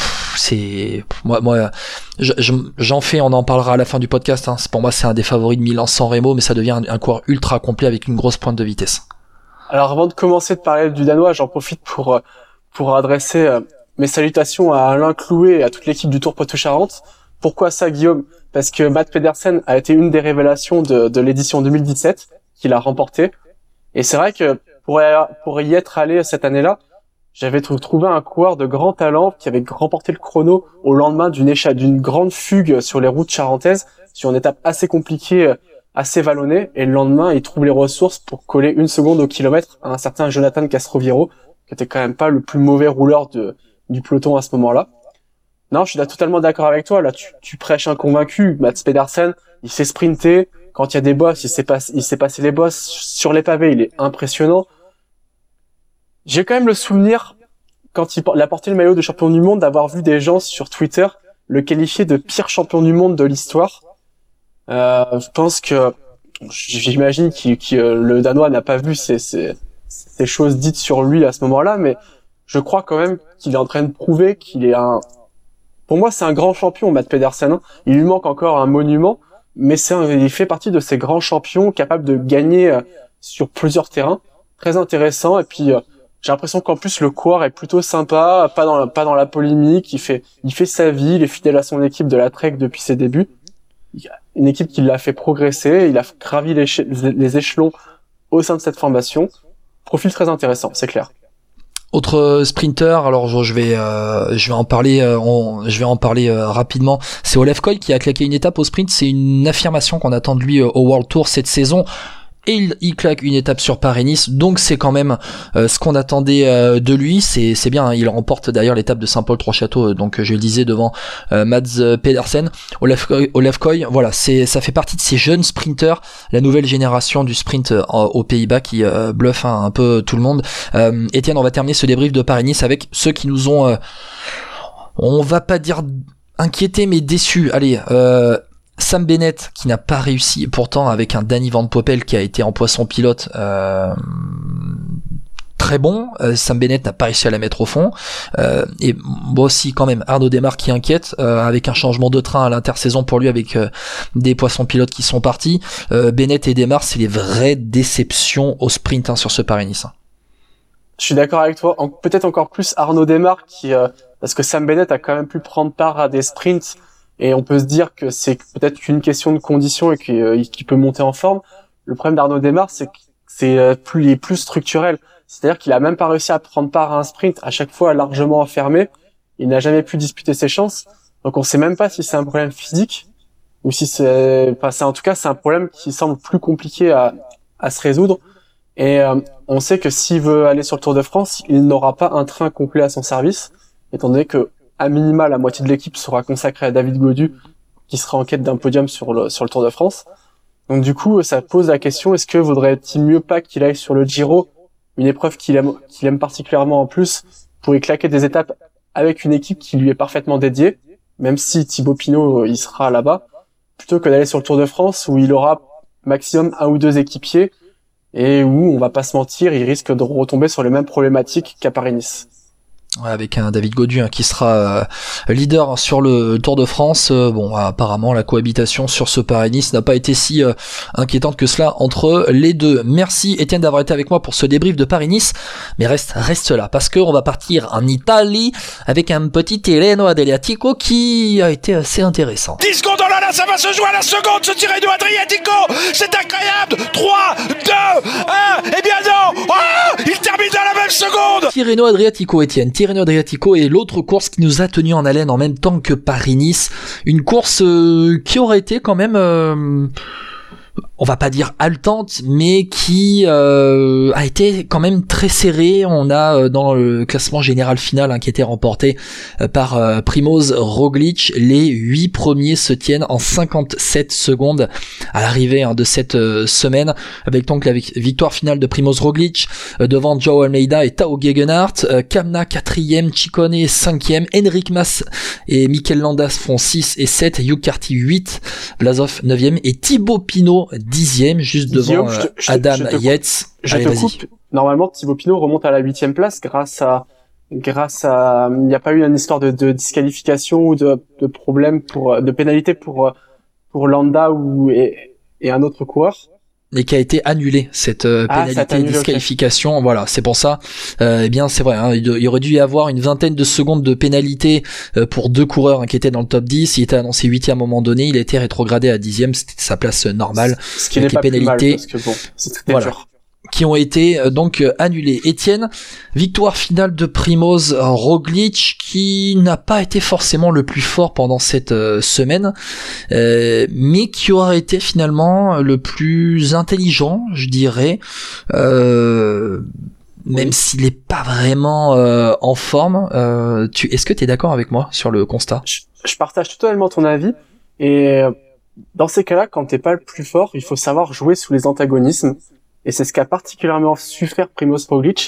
moi j'en fais, on en parlera à la fin du podcast, hein. Pour moi c'est un des favoris de Milan-San Remo, mais ça devient un coureur ultra complet avec une grosse pointe de vitesse. Alors avant de commencer de parler du Danois, j'en profite pour adresser mes salutations à Alain Clouet et à toute l'équipe du Tour Poitou-Charentes. Pourquoi ça, Guillaume? Parce que Mats Pedersen a été une des révélations de l'édition 2017 qu'il a remporté. Et c'est vrai que pour y être allé cette année-là, j'avais trouvé un coureur de grand talent qui avait remporté le chrono au lendemain d'une grande fugue sur les routes charentaises, sur une étape assez compliquée, assez vallonnée. Et le lendemain, il trouve les ressources pour coller 1 seconde au kilomètre à un certain Jonathan Castroviero, qui était quand même pas le plus mauvais rouleur du peloton à ce moment-là. Non, je suis là totalement d'accord avec toi. Là, tu prêches un convaincu. Mats Pedersen, il sait sprinter. Quand il y a des bosses, il sait passer les bosses. Sur les pavés, il est impressionnant. J'ai quand même le souvenir, quand il a porté le maillot de champion du monde, d'avoir vu des gens sur Twitter le qualifier de pire champion du monde de l'histoire. Je pense que, j'imagine que le Danois n'a pas vu ces choses dites sur lui à ce moment-là, mais je crois quand même qu'il est en train de prouver qu'il est pour moi, c'est un grand champion, Mats Pedersen, hein. Il lui manque encore un monument, mais il fait partie de ces grands champions capables de gagner sur plusieurs terrains. Très intéressant. Et puis, j'ai l'impression qu'en plus, le coureur est plutôt sympa, pas dans la polémique. Il fait sa vie, il est fidèle à son équipe de la Trek depuis ses débuts. Il y a une équipe qui l'a fait progresser. Il a gravi les échelons au sein de cette formation. Profil très intéressant, c'est clair. Autre sprinter, alors je vais en parler rapidement. C'est Olaf Koy qui a claqué une étape au sprint. C'est une affirmation qu'on attend de lui au World Tour cette saison. Et il claque une étape sur Paris-Nice, donc c'est quand même ce qu'on attendait de lui. C'est bien, hein. Il remporte d'ailleurs l'étape de Saint-Paul-Trois-Châteaux, donc je le disais devant Mats Pedersen. Olaf Koy, voilà, ça fait partie de ces jeunes sprinters, la nouvelle génération du sprint aux Pays-Bas qui bluffe un peu tout le monde. Étienne, on va terminer ce débrief de Paris-Nice avec ceux qui nous ont, on va pas dire inquiétés, mais déçus. Allez, Sam Bennett qui n'a pas réussi, pourtant avec un Danny Van Poppel qui a été en poisson pilote très bon. Sam Bennett n'a pas réussi à la mettre au fond, et bon aussi quand même Arnaud Démare qui inquiète avec un changement de train à l'intersaison pour lui, avec des poissons pilotes qui sont partis. Bennett et Démare, c'est les vraies déceptions au sprint, hein, sur ce Paris-Nice. Je suis d'accord avec toi, peut-être encore plus Arnaud Démare parce que Sam Bennett a quand même pu prendre part à des sprints. Et on peut se dire que c'est peut-être qu'une question de condition et qu'il peut monter en forme. Le problème d'Arnaud Démare, c'est que il est plus structurel. C'est-à-dire qu'il a même pas réussi à prendre part à un sprint, à chaque fois largement enfermé. Il n'a jamais pu disputer ses chances. Donc on sait même pas si c'est un problème physique ou si en tout cas, c'est un problème qui semble plus compliqué à se résoudre. Et on sait que s'il veut aller sur le Tour de France, il n'aura pas un train complet à son service, étant donné que à minima, la moitié de l'équipe sera consacrée à David Gaudu, qui sera en quête d'un podium sur le Tour de France. Donc du coup, ça pose la question, est-ce que vaudrait-il mieux pas qu'il aille sur le Giro, une épreuve qu'il aime particulièrement en plus, pour y claquer des étapes avec une équipe qui lui est parfaitement dédiée, même si Thibaut Pinot, il sera là-bas, plutôt que d'aller sur le Tour de France, où il aura maximum 1 ou 2 équipiers, et où, on va pas se mentir, il risque de retomber sur les mêmes problématiques qu'à Paris-Nice. Avec un David Gaudu, hein, qui sera leader sur le Tour de France. Bon, apparemment la cohabitation sur ce Paris-Nice n'a pas été si inquiétante que cela entre les deux. Merci Étienne d'avoir été avec moi pour ce débrief de Paris-Nice, mais reste là parce que on va partir en Italie avec un petit Tirreno Adriatico qui a été assez intéressant. 10 secondes, oh là là, ça va se jouer à la seconde, ce Tirreno Adriatico, c'est incroyable. 3, 2, 1, et bien non, il termine dans la même seconde. Tirreno Adriatico, Étienne. Tirreno Adriatico est l'autre course qui nous a tenus en haleine en même temps que Paris-Nice. Une course qui aurait été quand même, on va pas dire haletante, mais qui a été quand même très serrée. On a dans le classement général final, hein, qui était remporté par Primoz Roglic, les 8 premiers se tiennent en 57 secondes à l'arrivée, hein, de cette semaine, avec donc la victoire finale de Primoz Roglic devant Joao Almeida et Tao Gegenhardt. Kamna 4e, Ciccone 5e, Enric Mas et Mikel Landa font 6 et 7, Hugh Carty 8, Vlasov 9e et Thibaut Pinot 10e, juste devant Adam Yates. Je te coupe. Normalement, Thibaut Pinot remonte à la 8e place grâce à, il n'y a pas eu une histoire de disqualification ou de problème de pénalité pour Landa et un autre coureur. Et qui a été annulé, cette pénalité disqualification. Okay. Voilà, c'est pour ça. Eh bien, c'est vrai, hein, il aurait dû y avoir une vingtaine de secondes de pénalité pour 2 coureurs qui étaient dans le top 10. Il était annoncé 8e à un moment donné. Il a été rétrogradé à 10e. C'était sa place normale. Ce qui n'est pas plus mal, parce que bon, c'est très dur. Qui ont été donc annulés. Étienne, victoire finale de Primoz Roglic, qui n'a pas été forcément le plus fort pendant cette semaine, mais qui aura été finalement le plus intelligent, je dirais, même s'il n'est pas vraiment en forme. Est-ce que tu es d'accord avec moi sur le constat ? Je partage totalement ton avis, et dans ces cas-là, quand t'es pas le plus fort, il faut savoir jouer sous les antagonismes. Et c'est ce qu'a particulièrement su faire Primoz Roglic,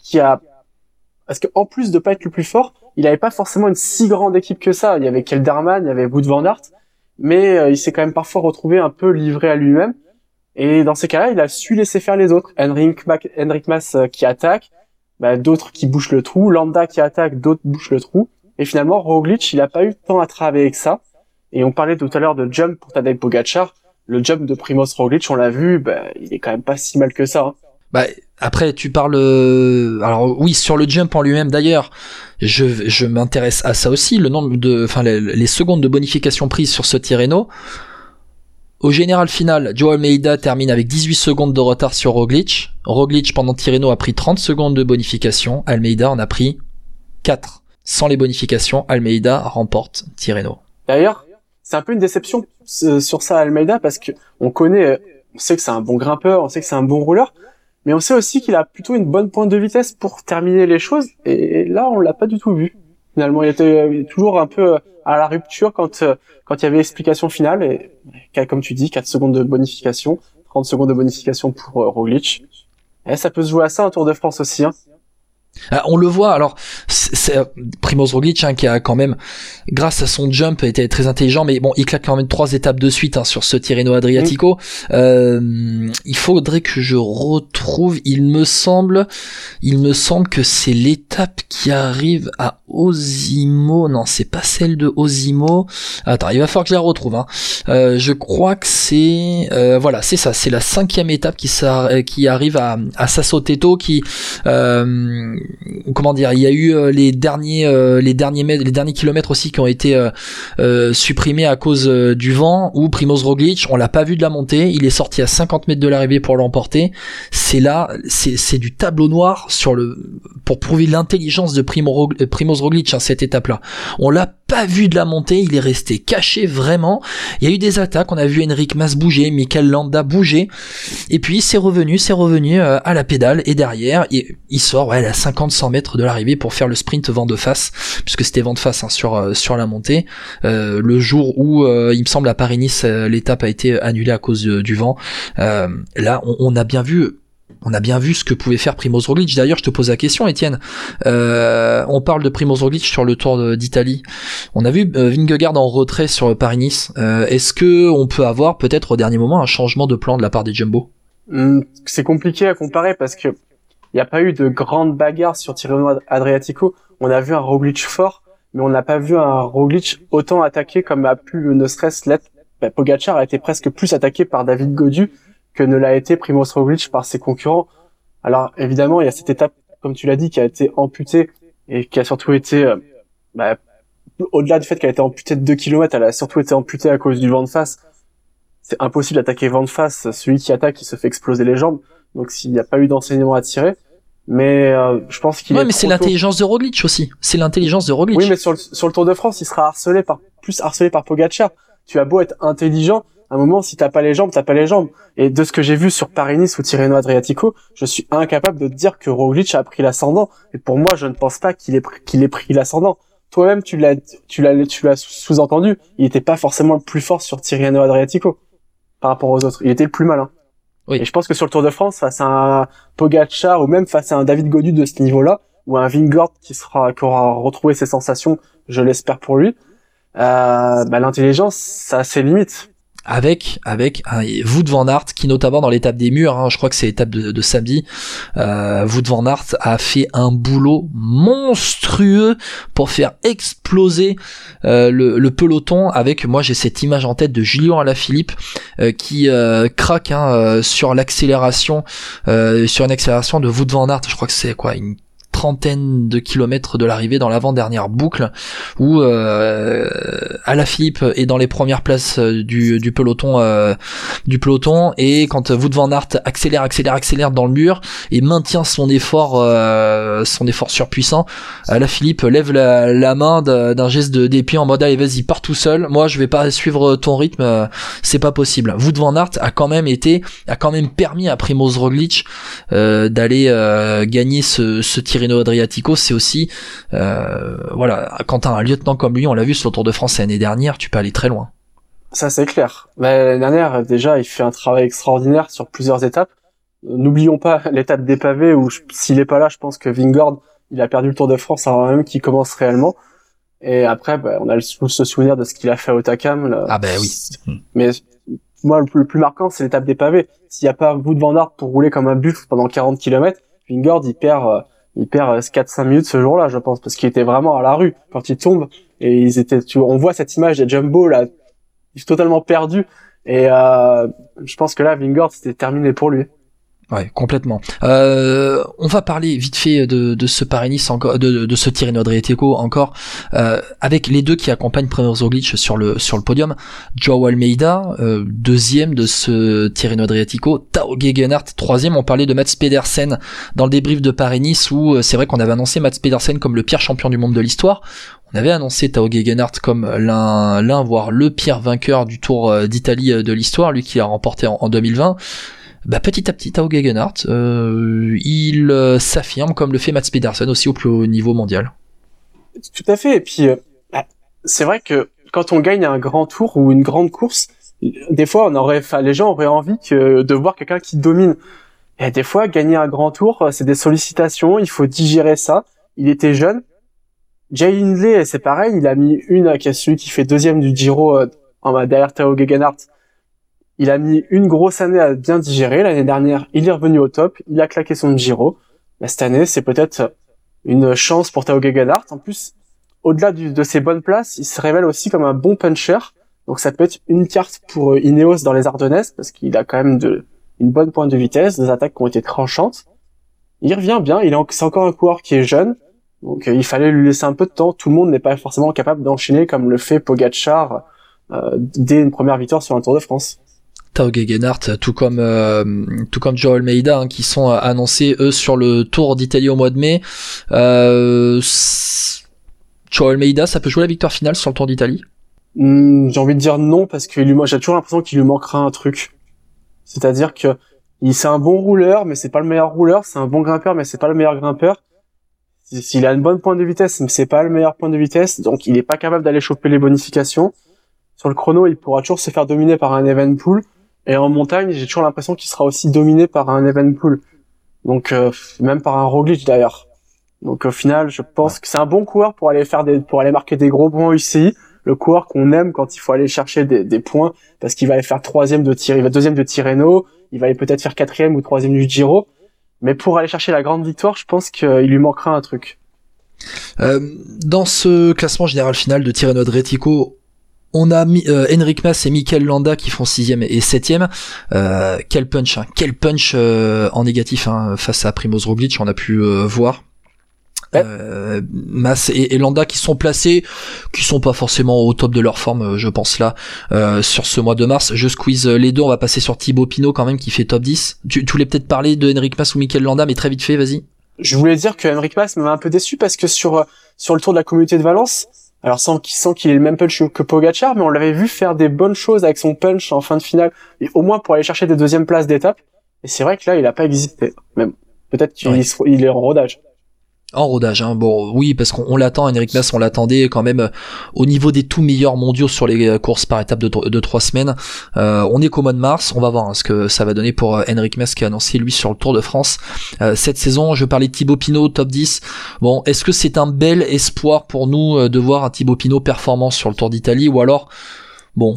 parce qu'en plus de pas être le plus fort, il avait pas forcément une si grande équipe que ça. Il y avait Kelderman, il y avait Wout van Aert, mais il s'est quand même parfois retrouvé un peu livré à lui-même. Et dans ces cas-là, il a su laisser faire les autres. Henrik Mas qui attaque, d'autres qui bouchent le trou, Landa qui attaque, d'autres bouchent le trou. Et finalement, Roglic, il a pas eu tant à travailler avec ça. Et on parlait tout à l'heure de jump pour Tadej Pogačar. Le jump de Primoz Roglic, on l'a vu, il est quand même pas si mal que ça. Hein. Après, tu parles... Alors oui, sur le jump en lui-même, d'ailleurs, je m'intéresse à ça aussi, le nombre les secondes de bonification prises sur ce Tirreno. Au général final, Joao Almeida termine avec 18 secondes de retard sur Roglic. Roglic, pendant Tirreno, a pris 30 secondes de bonification. Almeida en a pris 4. Sans les bonifications, Almeida remporte Tirreno. D'ailleurs, c'est un peu une déception sur ça Almeida, parce que on sait que c'est un bon grimpeur, on sait que c'est un bon rouleur, mais on sait aussi qu'il a plutôt une bonne pointe de vitesse pour terminer les choses, et là on l'a pas du tout vu. Finalement, il était toujours un peu à la rupture quand il y avait explication finale, et comme tu dis, 4 secondes de bonification, 30 secondes de bonification pour Roglic. Et ça peut se jouer à ça en Tour de France aussi, hein. On le voit, alors c'est Primoz Roglic qui a quand même, grâce à son jump, été très intelligent, mais bon, il claque quand même 3 étapes de suite sur ce Tirreno Adriatico. Il faudrait que je retrouve, il me semble que c'est l'étape qui arrive à Osimo. Non, c'est pas celle de Osimo. Attends, il va falloir que je la retrouve. Je crois que c'est voilà, c'est ça, c'est la 5e étape qui arrive à Sasso Teto, qui comment dire, il y a eu les derniers kilomètres aussi qui ont été supprimés à cause du vent, où Primoz Roglic, on l'a pas vu de la montée, il est sorti à 50 mètres de l'arrivée pour l'emporter. C'est là, c'est du tableau noir pour prouver l'intelligence de Primoz Roglic, cette étape-là. On l'a pas vu de la montée, il est resté caché vraiment. Il y a eu des attaques, on a vu Henrik Mas bouger, Mikel Landa bouger, et puis c'est revenu à la pédale, et derrière il sort à 50-100 mètres de l'arrivée pour faire le sprint vent de face, puisque c'était vent de face sur la montée, le jour où il me semble à Paris-Nice l'étape a été annulée à cause du vent. Là on a bien vu ce que pouvait faire Primoz Roglic. D'ailleurs, je te pose la question, Étienne. On parle de Primoz Roglic sur le Tour d'Italie. On a vu Vingegaard en retrait sur Paris-Nice. Est-ce que on peut avoir peut-être au dernier moment un changement de plan de la part des Jumbo ? C'est compliqué à comparer parce que il n'y a pas eu de grande bagarre sur Tirreno Adriatico. On a vu un Roglic fort, mais on n'a pas vu un Roglic autant attaqué comme a pu le No Stress l'être. Pogačar a été presque plus attaqué par David Gaudu que ne l'a été Primoz Roglic par ses concurrents. Alors évidemment, il y a cette étape, comme tu l'as dit, qui a été amputée et qui a surtout été, au-delà du fait qu'elle a été amputée de 2 km, elle a surtout été amputée à cause du vent de face. C'est impossible d'attaquer vent de face. Celui qui attaque, il se fait exploser les jambes. Donc s'il n'y a pas eu d'enseignement à tirer, mais je pense qu'il mais c'est l'intelligence de Roglic aussi. C'est l'intelligence de Roglic. Oui, mais sur le Tour de France, il sera plus harcelé par Pogačar. Tu as beau être intelligent, à un moment, si t'as pas les jambes, t'as pas les jambes. Et de ce que j'ai vu sur Paris-Nice ou Tirreno Adriatico, je suis incapable de dire que Roglic a pris l'ascendant. Et pour moi, je ne pense pas qu'il ait pris l'ascendant. Toi-même, tu l'as sous-entendu. Il était pas forcément le plus fort sur Tirreno Adriatico par rapport aux autres. Il était le plus malin. Oui. Et je pense que sur le Tour de France, face à un Pogačar ou même face à un David Gaudu de ce niveau-là, ou un Vingegaard qui aura retrouvé ses sensations, je l'espère pour lui, l'intelligence, ça a ses limites. avec un Wout van Aert qui, notamment dans l'étape des murs, je crois que c'est l'étape de samedi, Wout van Aert a fait un boulot monstrueux pour faire exploser le peloton. Avec, moi j'ai cette image en tête de Julien Alaphilippe qui craque sur l'accélération, sur une accélération de Wout van Aert. Je crois que c'est quoi, une trentaine de kilomètres de l'arrivée dans l'avant-dernière boucle, où Alaphilippe est dans les premières places du peloton, et quand Wout van Aert accélère dans le mur et maintient son effort surpuissant, Alaphilippe lève la main d'un geste de dépit en mode allez vas-y, pars tout seul, moi je vais pas suivre ton rythme, c'est pas possible. Wout van Aert a quand même permis à Primož Roglič d'aller gagner ce Tirreno Adriatico. C'est aussi quand t'as un lieutenant comme lui, on l'a vu sur le Tour de France l'année dernière, tu peux aller très loin. Ça c'est clair. Mais l'année dernière déjà, il fait un travail extraordinaire sur plusieurs étapes. N'oublions pas l'étape des pavés où s'il est pas là, je pense que Vingegaard, il a perdu le Tour de France avant même qu'il commence réellement. Et après, on a ce souvenir de ce qu'il a fait au Takam. Là. Ah ben oui. Mais moi, le plus marquant, c'est l'étape des pavés. S'il y a pas Wout van Aert pour rouler comme un buffle pendant 40 km, Vingegaard, il perd 4-5 minutes ce jour-là, je pense, parce qu'il était vraiment à la rue quand il tombe. Et on voit cette image des Jumbo, là, il est totalement perdu. Et je pense que là, Vingegaard, c'était terminé pour lui. Ouais, complètement. On va parler vite fait de ce Paris-Nice encore, de ce Tirreno Adriatico encore, avec les deux qui accompagnent Primož Roglič sur le podium. Joao Almeida, deuxième de ce Tirreno Adriatico. Tao Gegenhardt, troisième. On parlait de Mats Pedersen dans le débrief de Paris-Nice, où c'est vrai qu'on avait annoncé Mats Pedersen comme le pire champion du monde de l'histoire. On avait annoncé Tao Gegenhardt comme l'un, voire le pire vainqueur du Tour d'Italie de l'histoire, lui qui l'a remporté en 2020. Petit à petit, Tao Gegenhardt, il s'affirme comme le fait Mats Pedersen aussi au plus haut niveau mondial. Tout à fait. Et puis, c'est vrai que quand on gagne un grand tour ou une grande course, des fois, les gens auraient envie de voir quelqu'un qui domine. Et des fois, gagner un grand tour, c'est des sollicitations, il faut digérer ça. Il était jeune. Jay Hindley, c'est pareil, il a mis celui qui fait deuxième du Giro derrière Tao Gegenhardt. Il a mis une grosse année à bien digérer. L'année dernière, il est revenu au top. Il a claqué son Giro. Cette année, c'est peut-être une chance pour Tao Gegenhardt. En plus, au-delà de ses bonnes places, il se révèle aussi comme un bon puncher. Donc ça peut être une carte pour Ineos dans les Ardennaises, parce qu'il a quand même une bonne pointe de vitesse, des attaques qui ont été tranchantes. Il revient bien. C'est encore un coureur qui est jeune. Donc il fallait lui laisser un peu de temps. Tout le monde n'est pas forcément capable d'enchaîner comme le fait Pogačar dès une première victoire sur un Tour de France. Tao Gegenhardt, tout comme Joao Almeida, qui sont annoncés eux sur le Tour d'Italie au mois de mai. Joao Almeida, ça peut jouer la victoire finale sur le Tour d'Italie? J'ai envie de dire non, parce que j'ai toujours l'impression qu'il lui manquera un truc. C'est-à-dire que c'est un bon rouleur, mais c'est pas le meilleur rouleur. C'est un bon grimpeur, mais c'est pas le meilleur grimpeur. S'il a une bonne pointe de vitesse, mais c'est pas le meilleur point de vitesse, donc il est pas capable d'aller choper les bonifications. Sur le chrono, il pourra toujours se faire dominer par un Evenepoel. Et en montagne, j'ai toujours l'impression qu'il sera aussi dominé par un Evenepoel. Donc, même par un Roglič d'ailleurs. Donc, au final, je pense que c'est un bon coureur pour aller marquer des gros points au UCI. Le coureur qu'on aime quand il faut aller chercher des points, parce qu'il va aller faire deuxième de Tirreno, il va aller peut-être faire 4e ou 3e du Giro. Mais pour aller chercher la grande victoire, je pense qu'il lui manquera un truc. Dans ce classement général final de Tirreno Adriatico, on a Enric Mas et Mikel Landa qui font 6e et 7e. Quel punch en négatif face à Primož Roglič, on a pu voir. Ouais. Mas et Landa qui sont placés, qui sont pas forcément au top de leur forme, je pense là, sur ce mois de mars. Je squeeze les deux, on va passer sur Thibaut Pinot quand même qui fait top 10. Tu voulais peut-être parler de Enric Mas ou Mikel Landa, mais très vite fait, vas-y. Je voulais dire que Enric Mas m'avait un peu déçu parce que sur le Tour de la Communauté de Valence, alors sans qu'il ait le même punch que Pogačar, mais on l'avait vu faire des bonnes choses avec son punch en fin de finale, et au moins pour aller chercher des deuxièmes places d'étape. Et c'est vrai que là, il a pas existé. Même peut-être qu'il est en rodage. En rodage, bon, oui, parce qu'on l'attend, Enric Mas, on l'attendait quand même au niveau des tout meilleurs mondiaux sur les courses par étape de 3 semaines. On est qu'au mois de mars, on va voir ce que ça va donner pour Enric Mas qui a annoncé lui sur le Tour de France cette saison. Je parlais de Thibaut Pinot, top 10. Bon, est-ce que c'est un bel espoir pour nous de voir un Thibaut Pinot performant sur le Tour d'Italie, ou alors bon,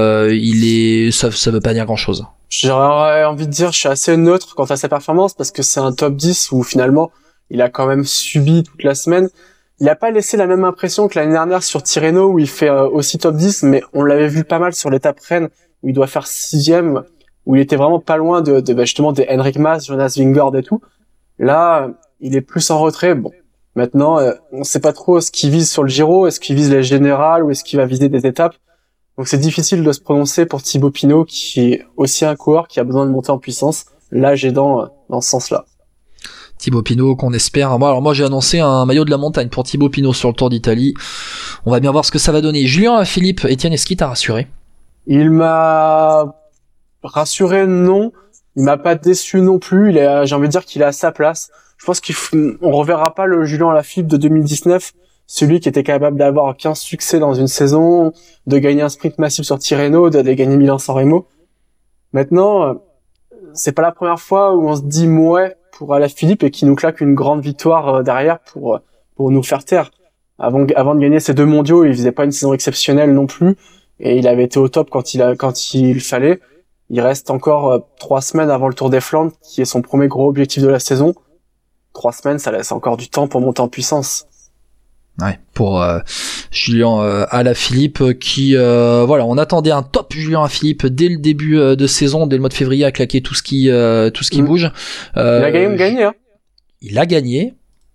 ça veut pas dire grand chose. J'aurais envie de dire, je suis assez neutre quant à sa performance parce que c'est un top 10 où finalement, il a quand même subi toute la semaine. Il a pas laissé la même impression que l'année dernière sur Tirreno où il fait aussi top 10, mais on l'avait vu pas mal sur l'étape Rennes où il doit faire 6e, où il était vraiment pas loin de justement des Enric Mas, Jonas Vingegaard et tout. Là, il est plus en retrait. Bon, maintenant, on sait pas trop ce qu'il vise sur le Giro, est-ce qu'il vise les générales ou est-ce qu'il va viser des étapes. Donc c'est difficile de se prononcer pour Thibaut Pinot qui est aussi un coureur qui a besoin de monter en puissance. L'âge est dans ce sens-là. Thibaut Pinot qu'on espère. Alors moi j'ai annoncé un maillot de la montagne pour Thibaut Pinot sur le Tour d'Italie. On va bien voir ce que ça va donner. Julien Philippe, Étienne, est-ce qu'il t'a rassuré? Il m'a rassuré, non. Il m'a pas déçu non plus. J'ai envie de dire qu'il est à sa place. Je pense on reverra pas le Julien Alaphilippe de 2019, celui qui était capable d'avoir 15 succès dans une saison, de gagner un sprint massif sur Tirreno, de gagner Milan-San Remo. Maintenant, c'est pas la première fois où on se dit ouais pour Alaphilippe et qui nous claque une grande victoire derrière pour nous faire taire. Avant de gagner ces 2 mondiaux, il faisait pas une saison exceptionnelle non plus et il avait été au top quand il fallait. Il reste encore 3 semaines avant le Tour des Flandres qui est son premier gros objectif de la saison. 3 semaines, ça laisse encore du temps pour monter en puissance. Ouais, pour Julien Alaphilippe qui voilà, on attendait un top Julien Alaphilippe dès le début de saison, dès le mois de février, à claquer tout ce qui bouge. Il a gagné hein. Il a gagné.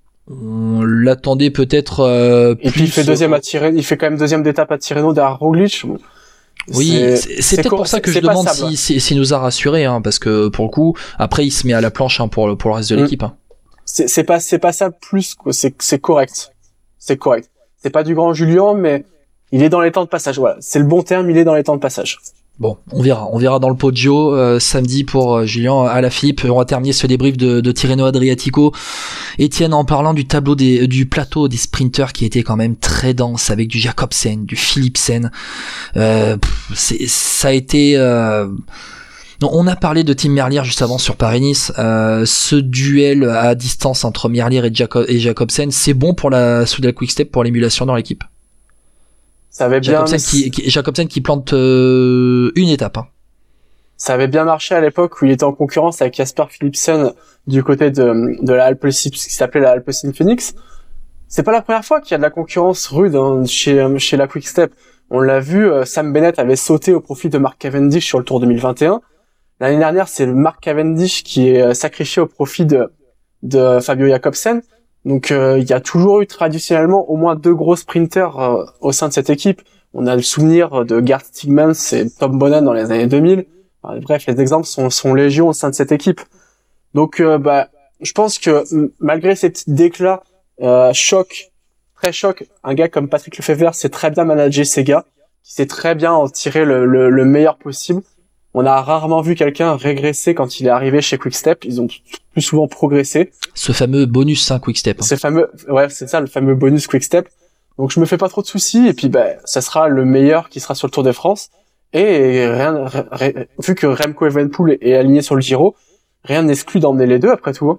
On l'attendait peut-être et puis il fait deuxième à Tirreno, il fait quand même deuxième d'étape à Tirreno derrière Roglic. Bon. Oui, c'est peut-être pour ça que je demande s'il nous a rassuré hein, parce que pour le coup, après il se met à la planche hein, pour le reste de l'équipe hein. C'est pas ça plus quoi, c'est correct. C'est correct. C'est pas du grand Julien, mais il est dans les temps de passage. Voilà, c'est le bon terme, il est dans les temps de passage. Bon, on verra dans le Poggio samedi pour Julien Alaphilippe. On va terminer ce débrief de Tirreno Adriatico. Étienne, en parlant du du plateau des sprinters qui était quand même très dense avec du Jacobsen, du Philipsen, ça a été. On a parlé de Tim Merlier juste avant sur Paris-Nice. Ce duel à distance entre Merlier et Jacobsen, c'est bon pour la Soudal Quick-Step pour l'émulation dans l'équipe. Ça avait bien. Jacobsen qui plante une étape. Hein. Ça avait bien marché à l'époque où il était en concurrence avec Jasper Philipsen du côté de la Alpecin, ce qui s'appelait la Alpecin Phoenix. C'est pas la première fois qu'il y a de la concurrence rude hein, chez la Quick-Step. On l'a vu, Sam Bennett avait sauté au profit de Mark Cavendish sur le Tour 2021. L'année dernière, c'est le Mark Cavendish qui est sacrifié au profit de Fabio Jacobsen. Donc il y a toujours eu traditionnellement au moins 2 gros sprinters au sein de cette équipe. On a le souvenir de Gerd Stigmans et Tom Bonan dans les années 2000. Enfin, bref, les exemples sont légion au sein de cette équipe. Donc je pense que malgré ces petits déclats, très choc, un gars comme Patrick Lefevere sait très bien manager ces gars, qui sait très bien en tirer le meilleur possible. On a rarement vu quelqu'un régresser quand il est arrivé chez Quick-Step. Ils ont plus souvent progressé. Ce fameux bonus Quick-Step. Ouais, c'est ça, le fameux bonus Quick-Step. Donc je me fais pas trop de soucis. Et puis ça sera le meilleur qui sera sur le Tour de France. Et vu que Remco Evenepoel est aligné sur le Giro, rien n'exclut d'emmener les deux après tout.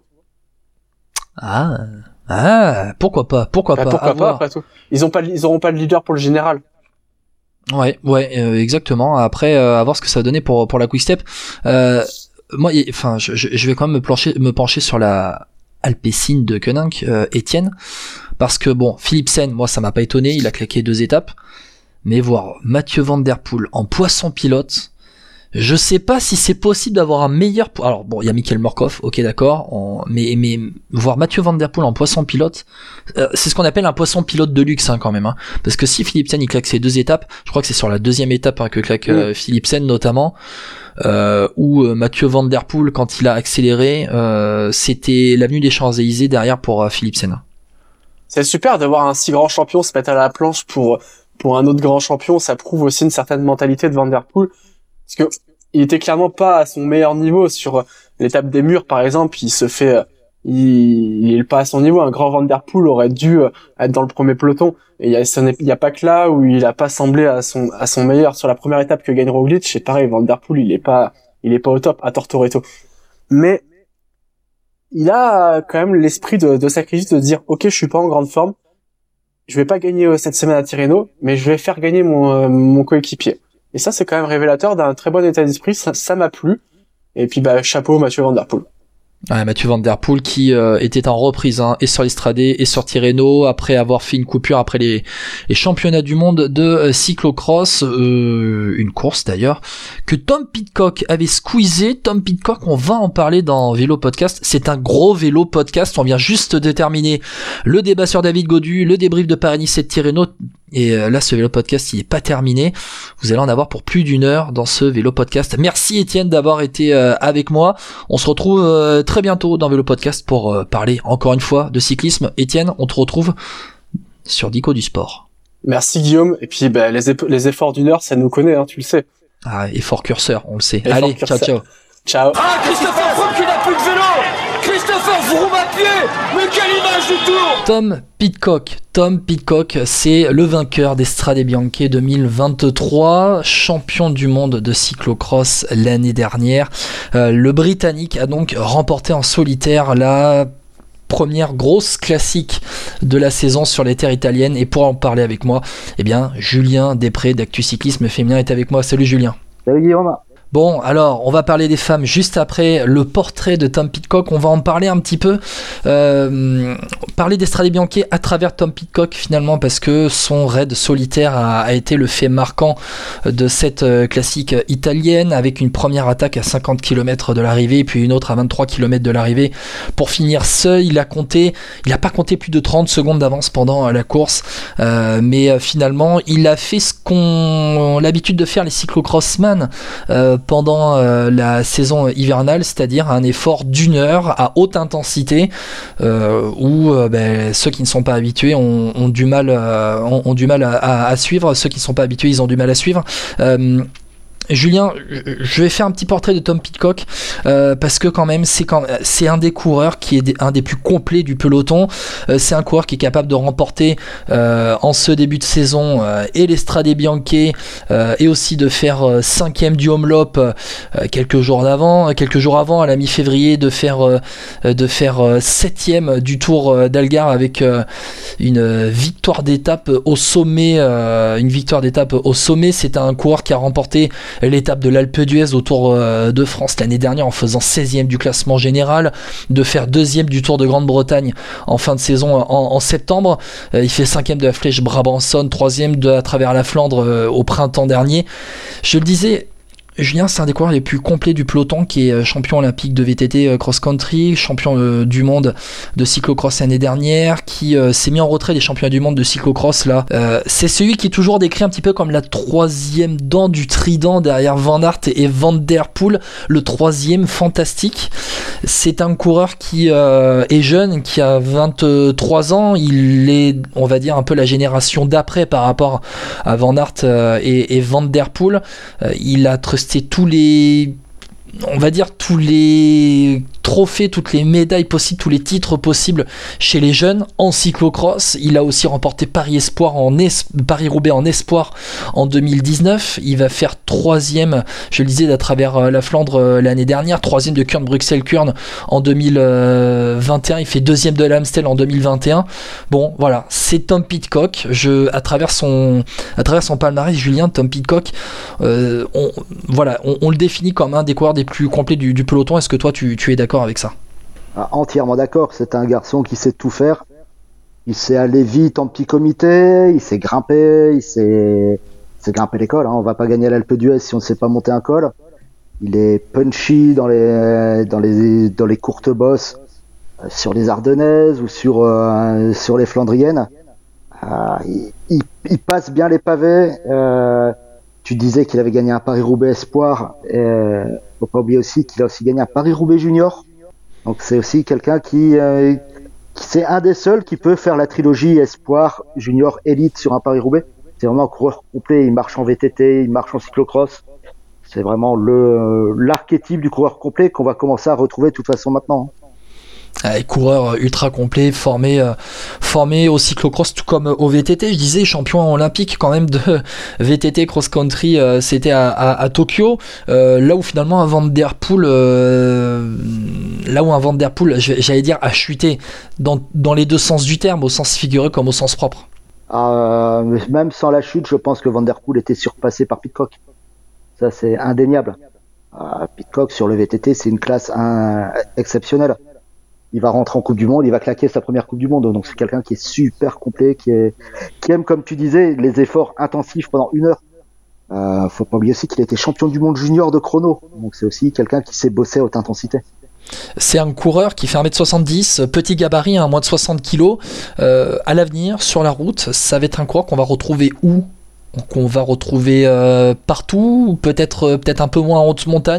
Pourquoi pas après tout. Ils auront pas de leader pour le général. Ouais, exactement. Après, à voir ce que ça va donner pour la Quick-Step. Moi, enfin, je vais quand même me pencher sur la Alpecin de Koenig, Étienne, parce que bon, Philipsen, moi, ça m'a pas étonné. Il a claqué 2 étapes, mais voir Mathieu Van Der Poel en poisson pilote. Je sais pas si c'est possible d'avoir un meilleur. Alors bon, il y a Michael Morkov, ok d'accord, mais voir Mathieu Van Der Poel en poisson pilote, c'est ce qu'on appelle un poisson pilote de luxe hein, quand même, hein. Parce que si Philipsen il claque ses 2 étapes, je crois que c'est sur la 2e étape hein, que claque Philipsen notamment, où Mathieu Van Der Poel quand il a accéléré, c'était l'avenue des Champs-Élysées derrière pour Philipsen. C'est super de voir un si grand champion se mettre à la planche pour un autre grand champion. Ça prouve aussi une certaine mentalité de Van Der Poel. Parce que il était clairement pas à son meilleur niveau sur l'étape des murs par exemple, il est pas à son niveau. Un grand Van Der Poel aurait dû être dans le premier peloton et il y a pas que là où il a pas semblé à son meilleur sur la première étape que gagne Roglic. C'est pareil, Van Der Poel il est pas au top à Tortoreto. Mais il a quand même l'esprit de sacrifice de dire OK, je suis pas en grande forme. Je vais pas gagner cette semaine à Tirreno, mais je vais faire gagner mon coéquipier. Et ça, c'est quand même révélateur d'un très bon état d'esprit. Ça m'a plu. Et puis, chapeau Mathieu Van Der Poel. Ouais, Mathieu Van Der Poel qui était en reprise et sur l'Estrade et sur Tirreno après avoir fait une coupure après les championnats du monde de cyclocross, une course d'ailleurs que Tom Pidcock avait squeezé. Tom Pidcock, on va en parler dans Vélo Podcast, c'est un gros vélo podcast, on vient juste de terminer le débat sur David Gaudu, le débrief de Paris-Nice et de Tirreno. Et là, ce vélo podcast, il est pas terminé. Vous allez en avoir pour plus d'une heure dans ce vélo podcast. Merci Étienne d'avoir été avec moi. On se retrouve très bientôt dans Vélo Podcast pour parler encore une fois de cyclisme. Étienne, on te retrouve sur Dico du Sport. Merci Guillaume. Et puis les efforts d'une heure, ça nous connaît, hein, tu le sais. Ah, effort curseur, on le sait. Allez, ciao. Ciao. Ah, Christopher Froome qui n'a plus de vélo. Christopher Froome à pied. Mais quelle image du tour. Tom Pidcock, c'est le vainqueur des Strade Bianche 2023, champion du monde de cyclocross l'année dernière. Le Britannique a donc remporté en solitaire la première grosse classique de la saison sur les terres italiennes. Et pour en parler avec moi, Julien Després d'Actu Cyclisme Féminin est avec moi. Salut Julien. Salut Guillaume. Bon, alors, on va parler des femmes juste après le portrait de Tom Pidcock. On va en parler un petit peu, parler des Strade Bianche à travers Tom Pidcock finalement, parce que son raid solitaire a été le fait marquant de cette classique italienne, avec une première attaque à 50 km de l'arrivée, puis une autre à 23 km de l'arrivée. Pour finir seul, il a pas compté plus de 30 secondes d'avance pendant la course, mais finalement, il a fait ce qu'on a l'habitude de faire les cyclocrossman pendant la saison hivernale, c'est-à-dire un effort d'une heure à haute intensité, où ceux qui ne sont pas habitués ont du mal à suivre. Ceux qui ne sont pas habitués, ils ont du mal à suivre. Julien, je vais faire un petit portrait de Tom Pidcock parce que quand même c'est un des coureurs qui est un des plus complets du peloton. C'est un coureur qui est capable de remporter en ce début de saison et les Strade Bianche et aussi de faire 5e du Omloop quelques jours avant à la mi-février, de faire 7e du Tour d'Algarve avec une victoire d'étape au sommet. C'est un coureur qui a remporté l'étape de l'Alpe d'Huez au Tour de France l'année dernière en faisant 16e du classement général, de faire 2e du Tour de Grande-Bretagne en fin de saison en septembre. Il fait 5e de la Flèche Brabançonne, 3e à travers la Flandre au printemps dernier. Je le disais, Julien, c'est un des coureurs les plus complets du peloton, qui est champion olympique de VTT cross-country, champion du monde de cyclocross l'année dernière, qui s'est mis en retrait des championnats du monde de cyclocross là. C'est celui qui est toujours décrit un petit peu comme la troisième dent du trident derrière Van Aert et Van Der Poel, le troisième fantastique. C'est un coureur qui est jeune, qui a 23 ans. Il est, on va dire, un peu la génération d'après par rapport à Van Aert et Van Der Poel. Il a trusté tous les trophées, toutes les médailles possibles, tous les titres possibles chez les jeunes en cyclocross. Il a aussi remporté Paris-Roubaix en espoir en 2019. Il va faire 3e, je le disais, à travers la Flandre l'année dernière, 3e de Kuurne-Bruxelles-Kuurne en 2021. Il fait 2e de l'Amstel en 2021. Bon, voilà, c'est Tom Pidcock. À travers son palmarès, Julien, Tom Pidcock, on le définit comme un des coureurs des plus complets du peloton. Est-ce que toi tu es d'accord avec ça? Entièrement d'accord, c'est un garçon qui sait tout faire. Il sait aller vite en petit comité, il sait grimper, il sait grimper les cols. On va pas gagner à l'Alpe d'Huez si on ne sait pas monter un col. Il est punchy dans les courtes bosses, sur les Ardennaises ou sur les Flandriennes. Il passe bien les pavés. Tu disais qu'il avait gagné un Paris-Roubaix Espoir. Faut pas oublier aussi qu'il a aussi gagné un Paris-Roubaix Junior. Donc c'est aussi quelqu'un qui c'est un des seuls qui peut faire la trilogie Espoir, Junior, Élite sur un Paris-Roubaix. C'est vraiment un coureur complet. Il marche en VTT, il marche en cyclocross. C'est vraiment l'archétype du coureur complet qu'on va commencer à retrouver de toute façon maintenant. Coureur ultra complet, formé au cyclocross tout comme au VTT. Je disais champion olympique quand même de VTT cross country, c'était à Tokyo, là où finalement un Van Der Poel j'allais dire a chuté dans les deux sens du terme, au sens figuré comme au sens propre. Même sans la chute, je pense que Van Der Poel était surpassé par Pidcock. Ça, c'est indéniable. Pidcock, sur le VTT, c'est une classe exceptionnelle. Il va rentrer en Coupe du Monde, il va claquer sa première Coupe du Monde. Donc, c'est quelqu'un qui est super complet, qui aime, comme tu disais, les efforts intensifs pendant 1 heure. Faut pas oublier aussi qu'il a été champion du monde junior de chrono. Donc, c'est aussi quelqu'un qui sait bosser à haute intensité. C'est un coureur qui fait 1m70, petit gabarit, moins de 60 kg. À l'avenir, sur la route, ça va être un coureur qu'on va retrouver où ? Qu'on va retrouver partout, ou peut-être un peu moins en haute montagne ?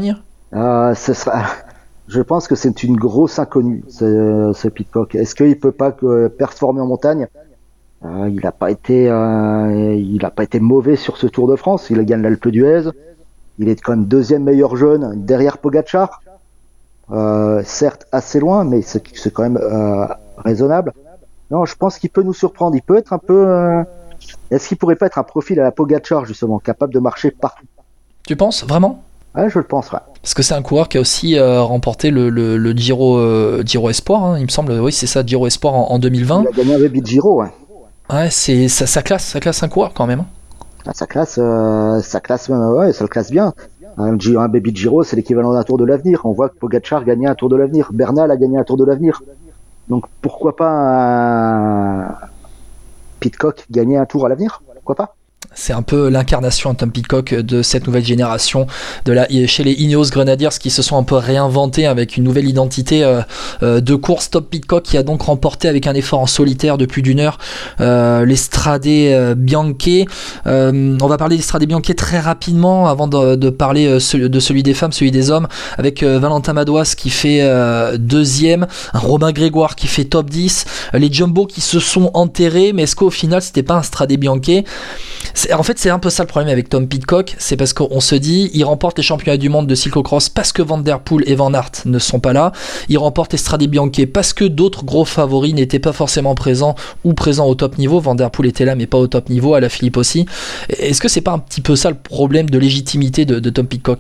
Je pense que c'est une grosse inconnue, ce Pidcock. Est-ce qu'il peut pas performer en montagne ? Il n'a pas été mauvais sur ce Tour de France. Il a gagné l'Alpe d'Huez. Il est quand même 2e meilleur jeune derrière Pogačar. Certes assez loin, mais c'est quand même raisonnable. Non, je pense qu'il peut nous surprendre. Il peut être un peu. Est-ce qu'il pourrait pas être un profil à la Pogačar justement, capable de marcher partout ? Tu penses vraiment ? Ouais, je le pense. Ouais. Parce que c'est un coureur qui a aussi remporté le Giro Espoir, il me semble. Oui, c'est ça, Giro Espoir en 2020. Il a gagné un baby Giro. Ouais. Ouais, ça classe un coureur quand même. Ça classe même, ouais, ça le classe bien. Un baby Giro, c'est l'équivalent d'un Tour de l'avenir. On voit que Pogačar gagnait un Tour de l'avenir. Bernal a gagné un Tour de l'avenir. Donc pourquoi pas Pidcock gagner un Tour à l'avenir ? Pourquoi pas ? C'est un peu l'incarnation, Tom Pidcock, de cette nouvelle génération chez les Ineos Grenadiers qui se sont un peu réinventés avec une nouvelle identité de course. Tom Pidcock qui a donc remporté avec un effort en solitaire de plus d'1 heure l'Estradé Bianche. On va parler d'Estradé Bianche très rapidement avant de parler de celui des femmes, celui des hommes, avec Valentin Madouas qui fait 2e, un Romain Grégoire qui fait top 10, les Jumbo qui se sont enterrés, mais est-ce qu'au final c'était pas un Estradé Bianche ? En fait, c'est un peu ça le problème avec Tom Pidcock, c'est parce qu'on se dit, il remporte les championnats du monde de cyclocross parce que Van Der Poel et Van Aert ne sont pas là, il remporte Estradé Bianche parce que d'autres gros favoris n'étaient pas forcément présents ou présents au top niveau. Van Der Poel était là mais pas au top niveau, Alaphilippe aussi. Est-ce que c'est pas un petit peu ça le problème de légitimité de Tom Pidcock ?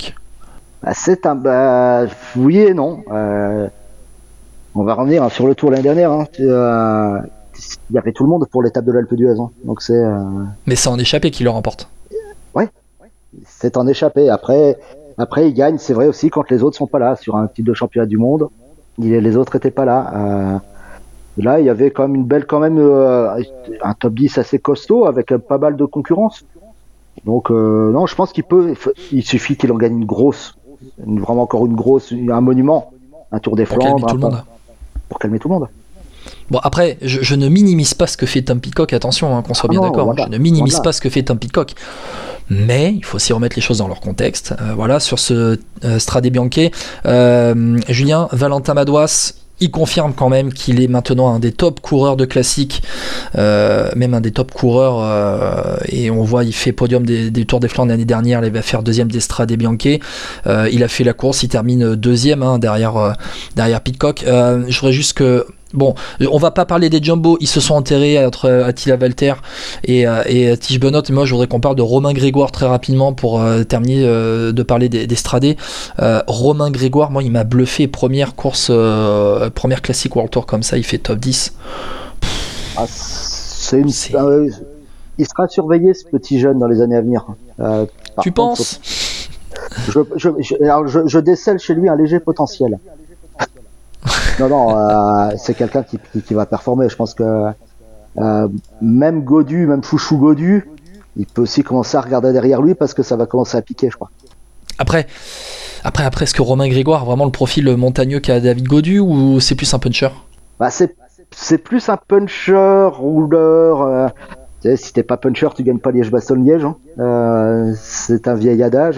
Oui et non. On va revenir sur le Tour l'année dernière. Il y avait tout le monde pour l'étape de l'Alpe d'Huez. Donc c'est. Mais c'est en échappé qu'il le remporte. Ouais, c'est en échappé. Après, il gagne. C'est vrai aussi quand les autres sont pas là sur un titre de championnat du monde. Les autres étaient pas là. Là, il y avait quand même un top 10 assez costaud avec pas mal de concurrence. Donc non, je pense il suffit qu'il en gagne une grosse, vraiment encore une grosse, un monument, un Tour des Flandres, pour calmer tout le monde. Bon, après, je ne minimise pas ce que fait Tom Pidcock, attention, qu'on soit bien d'accord, voilà, je ne minimise pas ce que fait Tom Pidcock, mais il faut aussi remettre les choses dans leur contexte. Voilà, sur ce Stradé Bianche, Julien, Valentin Madouas, il confirme quand même qu'il est maintenant un des top coureurs de classique, même un des top coureurs, et on voit, il fait podium des Tours des Flandres l'année dernière, il va faire 2e d'Estradé Bianche, il a fait la course, il termine 2e derrière Pidcock. Je voudrais juste que bon, on va pas parler des Jumbo, ils se sont enterrés entre Attila Valter et Tish Benoît. Moi, je voudrais qu'on parle de Romain Grégoire très rapidement pour terminer de parler des Stradés. Romain Grégoire, moi, il m'a bluffé. Première classique World Tour comme ça, il fait top 10. Il sera surveillé, ce petit jeune, dans les années à venir. Tu penses ? Je décèle chez lui un léger potentiel. Non, c'est quelqu'un qui va performer. Je pense que même Gaudu, même Chouchou Gaudu, il peut aussi commencer à regarder derrière lui parce que ça va commencer à piquer, je crois. Après, est-ce que Romain Grégoire a vraiment le profil montagneux qu'a David Gaudu ou c'est plus un puncher ? C'est plus un puncher, rouleur. Si t'es pas puncher, tu gagnes pas Liège-Bastogne-Liège. C'est un vieil adage.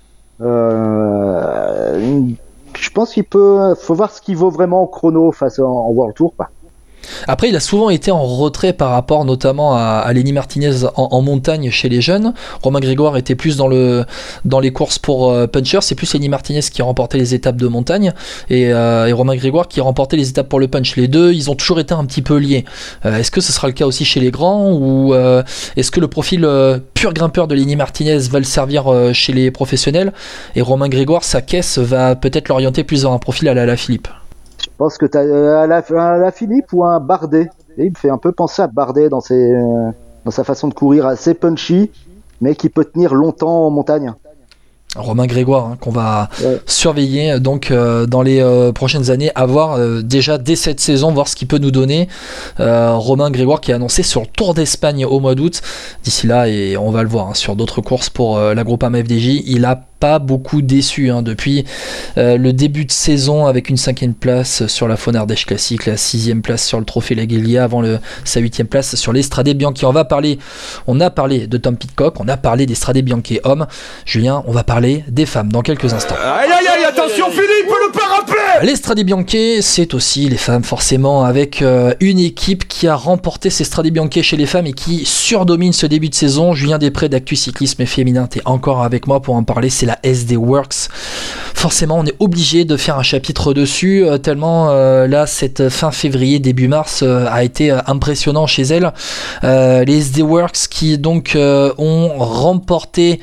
Je pense faut voir ce qu'il vaut vraiment en chrono face en World Tour. Après, il a souvent été en retrait par rapport notamment à Lenny Martinez en montagne chez les jeunes. Romain Grégoire était plus dans les courses pour puncher. C'est plus Lenny Martinez qui remportait les étapes de montagne et Romain Grégoire qui remportait les étapes pour le punch. Les deux, ils ont toujours été un petit peu liés. Est-ce que ce sera le cas aussi chez les grands ou est-ce que le profil pur grimpeur de Lenny Martinez va le servir chez les professionnels et Romain Grégoire, sa caisse va peut-être l'orienter plus dans un profil à Alaphilippe? Je pense que t'as un Alaphilippe ou un Bardet. Et il me fait un peu penser à Bardet dans sa façon de courir assez punchy, mais qui peut tenir longtemps en montagne. Romain Grégoire, qu'on va surveiller donc dans les prochaines années, à voir déjà dès cette saison, voir ce qu'il peut nous donner. Romain Grégoire qui est annoncé sur le Tour d'Espagne au mois d'août. D'ici là, et on va le voir sur d'autres courses pour la Groupama FDJ, il a pas beaucoup déçu depuis le début de saison, avec une 5e place sur la Faune Ardèche Classique, la 6e place sur le Trophée Laguelia, avant sa 8e place sur l'Estrade Bianchi. On a parlé de Tom Pidcock, on a parlé d'Estrade Bianchi hommes. Julien, on va parler des femmes dans quelques instants. Aïe aïe aïe, attention Philippe, le pas rappeler. L'Estrade Bianchi, c'est aussi les femmes forcément, avec une équipe qui a remporté ces Strade Bianchi chez les femmes et qui surdomine ce début de saison. Julien Després d'Actu Cyclisme Féminin, t'es encore avec moi pour en parler. C'est la SD Works. Forcément, on est obligé de faire un chapitre dessus, tellement là, cette fin février, début mars, a été impressionnant chez elles. Les SD Works qui donc ont remporté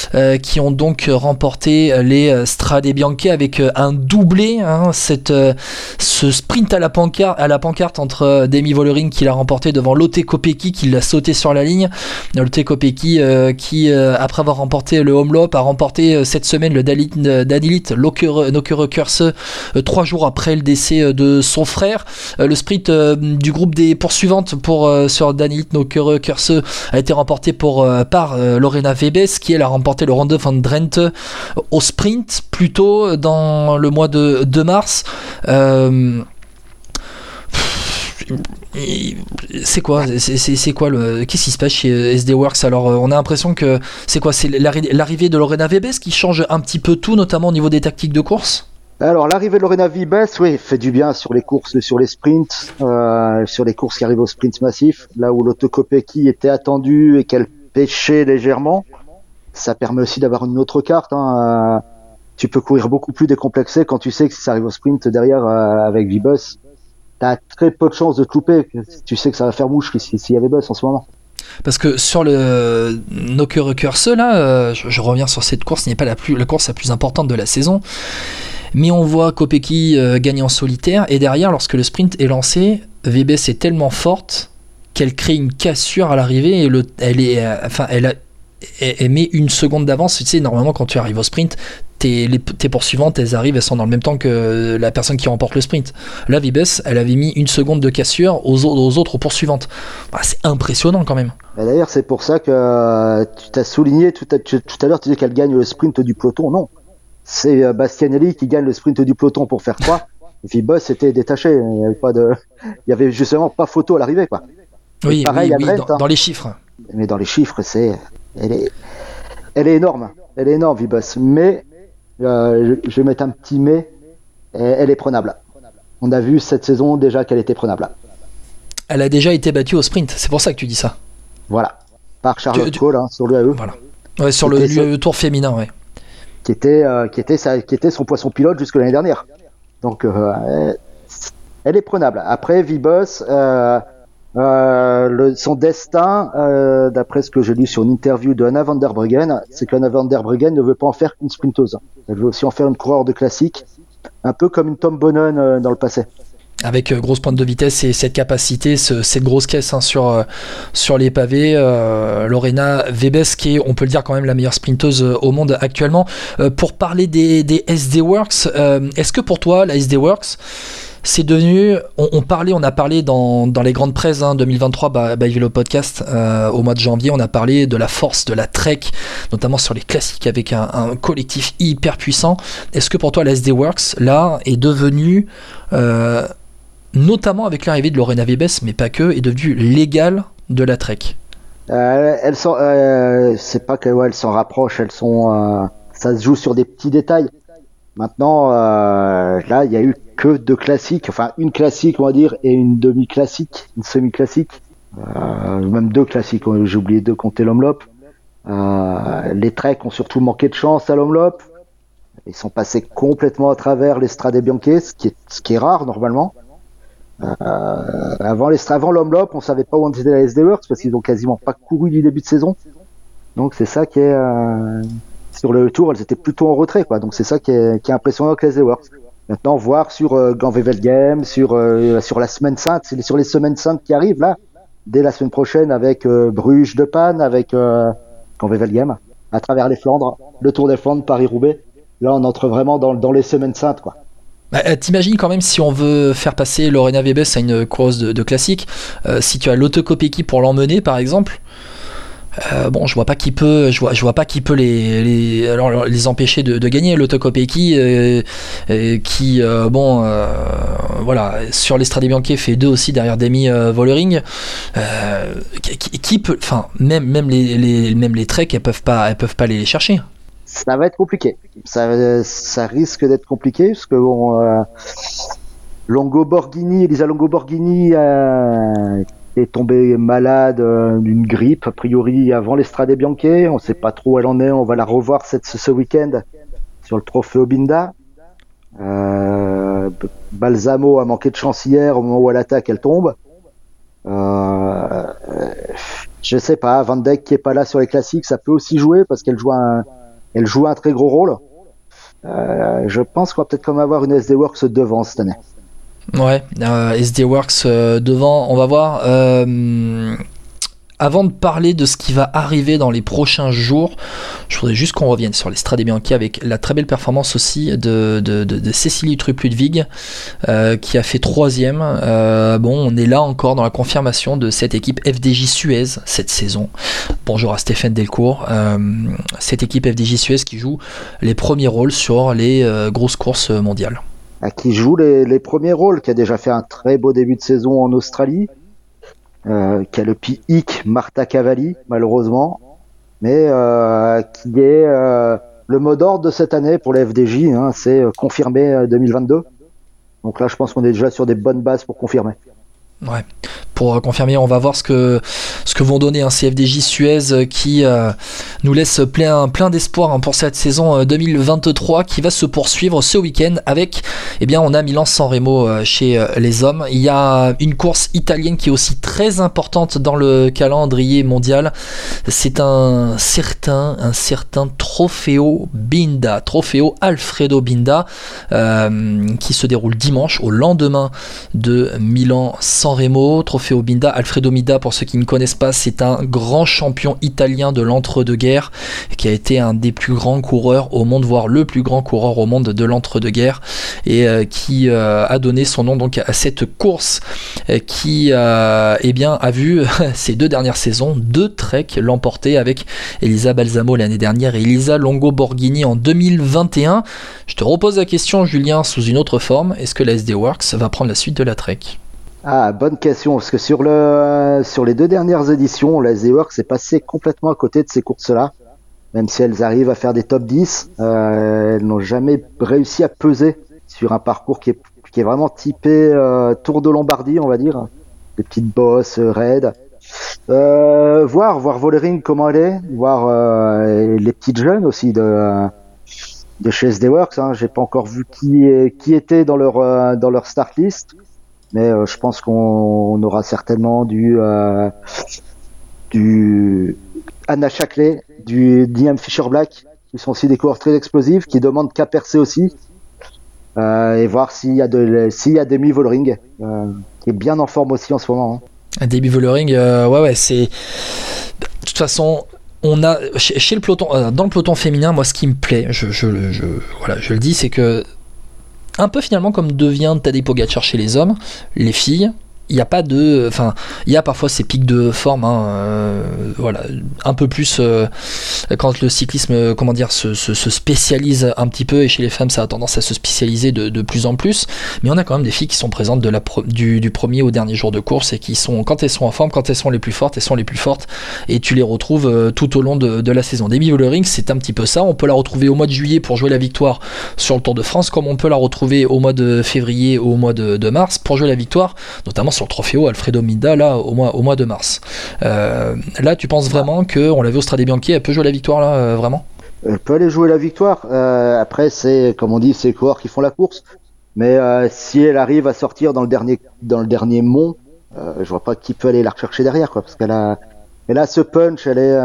les Strade Bianchi avec un doublé, ce sprint à la pancarte entre Demi Vollering qui l'a remporté devant Lotte Kopecky qui l'a sauté sur la ligne. Lotte Kopecky qui après avoir remporté le Omloop a remporté cette semaine le Danilit Nokere Curse 3 jours après le décès de son frère. Le sprint du groupe des poursuivantes sur Danilit Nokere Curse a été remporté par Lorena Wiebes qui elle a remporté le Ronde van Drenthe au sprint plus tôt dans le mois de mars. C'est quoi qu'est-ce qui se passe chez SD Works? Alors on a l'impression que c'est l'arrivée de Lorena Wiebes qui change un petit peu tout, notamment au niveau des tactiques de course. Alors l'arrivée de Lorena Wiebes, fait du bien sur les courses, sur les sprints, sur les courses qui arrivent au sprint massif, là où Lotte Kopecky était attendue et qu'elle pêchait légèrement. Ça permet aussi d'avoir une autre carte. Tu peux courir beaucoup plus décomplexé quand tu sais que si ça arrive au sprint derrière avec Wiebes, t'as très peu de chances de te louper. Tu sais que ça va faire mouche s'il y avait Buzz en ce moment. Parce que sur le Nokere Curse, là, je reviens sur cette course, ce n'est pas la course la plus importante de la saison, mais on voit Kopecky gagner en solitaire, et derrière, lorsque le sprint est lancé, Wiebes est tellement forte qu'elle crée une cassure à l'arrivée, et elle met une seconde d'avance. Tu sais, normalement quand tu arrives au sprint, tes poursuivantes, elles sont dans le même temps que la personne qui remporte le sprint. Là, Wiebes, elle avait mis une seconde de cassure aux autres poursuivantes. C'est impressionnant quand même. Et d'ailleurs, c'est pour ça que tu t'as souligné tout à l'heure, tu disais qu'elle gagne le sprint du peloton. Non, c'est Bastianelli qui gagne le sprint du peloton pour faire 3. Wiebes était détaché. Il y avait justement pas photo à l'arrivée, quoi. Oui, pareil, dans les chiffres. Mais dans les chiffres, elle est énorme. Elle est énorme, Wiebes. Mais je vais mettre un petit mais. Elle est prenable. On a vu cette saison déjà qu'elle était prenable. Elle a déjà été battue au sprint. C'est pour ça que tu dis ça. Voilà. Par Charlotte Cole sur l'UAE. Voilà. Ouais, sur le Tour féminin, ouais. Qui était son poisson pilote jusque l'année dernière. Donc elle est prenable. Après Wiebes, son destin, d'après ce que j'ai lu sur une interview de Anna van der Breggen, c'est qu'Anna van der Breggen ne veut pas en faire qu'une sprinteuse. Elle veut aussi en faire une coureur de classique, un peu comme une Tom Bonnen dans le passé. Avec grosse pointe de vitesse et cette capacité, cette grosse caisse sur les pavés. Lorena Wiebes, qui est, on peut le dire, quand même la meilleure sprinteuse au monde actuellement. Pour parler des SD Works, est-ce que pour toi, la SD Works, c'est devenu, on a parlé dans les grandes presses 2023 by Vélo Podcast au mois de janvier, on a parlé de la force de la Trek, notamment sur les classiques avec un collectif hyper puissant. Est-ce que pour toi la SD Works là est devenue, notamment avec l'arrivée de Lorena Wiebes, mais pas que, est devenue l'égale de la Trek? C'est pas qu'elles s'en rapprochent, ça se joue sur des petits détails. Maintenant, là, il y a eu que 2 classiques, enfin une classique, on va dire, et une demi-classique, une semi-classique, même 2 classiques, j'ai oublié de compter l'Omloop. Les Trek ont surtout manqué de chance à l'Omloop. Ils sont passés complètement à travers les Strade Bianchi, ce qui est rare normalement. Avant l'Omloop, on savait pas où on était la SD Works parce qu'ils ont quasiment pas couru du début de saison. Donc c'est ça qui est sur le tour, elles étaient plutôt en retrait, quoi. Donc c'est ça qui est impressionnant avec les SD Works. Maintenant, voir sur Ganvevelgem, sur la semaine sainte, c'est sur les semaines saintes qui arrivent là, dès la semaine prochaine avec Bruges de Panne, avec Ganvevelgem. à travers les Flandres, le Tour des Flandres, Paris-Roubaix. Là, on entre vraiment dans les semaines saintes, quoi. T'imagines quand même si on veut faire passer Lorena Wiebes à une course de classique, si tu as Lotte Kopecky pour l'emmener par exemple, je vois pas qui peut les empêcher de gagner. Lotte Kopecky qui voilà, sur l'Estrade Bianche fait 2 aussi derrière Demi Vollering, qui peut, enfin même les Trek elles peuvent pas les chercher. Ça va être compliqué. Ça risque d'être compliqué parce que Elisa Longo Borghini est tombée malade d'une grippe a priori avant l'Estrade Bianche. On ne sait pas trop où elle en est. On va la revoir ce week-end sur le Trofeo Binda. Balsamo a manqué de chance hier au moment où elle attaque, elle tombe. Je sais pas. Van Dijk qui est pas là sur les classiques, ça peut aussi jouer parce qu'elle joue un très gros rôle. Je pense qu'on va peut-être comme avoir une SD Works devant cette année. Ouais, SD Works devant, on va voir. Avant de parler de ce qui va arriver dans les prochains jours, je voudrais juste qu'on revienne sur l'Estrade Bianche avec la très belle performance aussi de Cécilie Uttrup-Ludwig qui a fait 3e. On est là encore dans la confirmation de cette équipe FDJ Suez cette saison. Bonjour à Stéphane Delcourt. Cette équipe FDJ Suez qui joue les premiers rôles sur les grosses courses mondiales. Qui joue les premiers rôles, qui a déjà fait un très beau début de saison en Australie. Qui a le pic Marta Cavalli malheureusement, mais qui est le mot d'ordre de cette année pour les FDJ, c'est confirmé 2022. Donc là je pense qu'on est déjà sur des bonnes bases pour confirmer. Ouais. Pour confirmer, on va voir ce que vont donner ces FDJ Suez qui nous laisse plein d'espoir pour cette saison 2023 qui va se poursuivre ce week-end avec, on a Milan-San Remo chez les hommes. Il y a une course italienne qui est aussi très importante dans le calendrier mondial. C'est un certain Trofeo Alfredo Binda qui se déroule dimanche au lendemain de Milan-San Remo. Trofeo Binda, Alfredo Binda, pour ceux qui ne connaissent pas, c'est un grand champion italien de l'entre-deux-guerres qui a été un des plus grands coureurs au monde, voire le plus grand coureur au monde de l'entre-deux-guerres, et qui a donné son nom donc à cette course qui a vu ces 2 dernières saisons 2 treks l'emporter avec Elisa Balsamo l'année dernière et Elisa Longo Borghini en 2021. Je te repose la question, Julien, sous une autre forme. Est-ce que la SD Works va prendre la suite de la trek ? Ah, bonne question, parce que sur les 2 dernières éditions, la SD Works est passée complètement à côté de ces courses-là, même si elles arrivent à faire des top 10, elles n'ont jamais réussi à peser sur un parcours qui est vraiment typé Tour de Lombardie, on va dire, des petites bosses raides. Voir Vollering comment elle est, voir les petites jeunes aussi de chez SD Works, j'ai pas encore vu qui était dans leur start list. Mais je pense qu'on aura certainement du Anna Shackley, du Liam Fisher-Black, qui sont aussi des coureurs très explosifs, qui demandent qu'à percer aussi, et voir s'il y a Demi Vollering, qui est bien en forme aussi en ce moment. Demi Vollering, c'est de toute façon. On a chez le peloton, dans le peloton féminin, moi ce qui me plaît, je le dis, c'est que un peu finalement comme devient Tadej Pogačar chez les hommes, les filles, il y a parfois ces pics de forme, un peu plus quand le cyclisme, se spécialise un petit peu, et chez les femmes ça a tendance à se spécialiser de plus en plus, mais on a quand même des filles qui sont présentes du premier au dernier jour de course, et qui sont, quand elles sont en forme, quand elles sont les plus fortes, et tu les retrouves tout au long de la saison. Demi Vollering, c'est un petit peu ça. On peut la retrouver au mois de juillet pour jouer la victoire sur le Tour de France, comme on peut la retrouver au mois de février ou au mois de mars pour jouer la victoire, notamment sur le Trofeo Alfredo Binda là au mois de mars. Là tu penses vraiment que, on l'a vu au Strade Bianche, elle peut jouer la victoire là, vraiment? Elle peut aller jouer la victoire. Après c'est, comme on dit, c'est les coureurs qui font la course, mais si elle arrive à sortir dans le dernier mont, je vois pas qui peut aller la rechercher derrière, quoi, parce qu'elle a ce punch. Elle est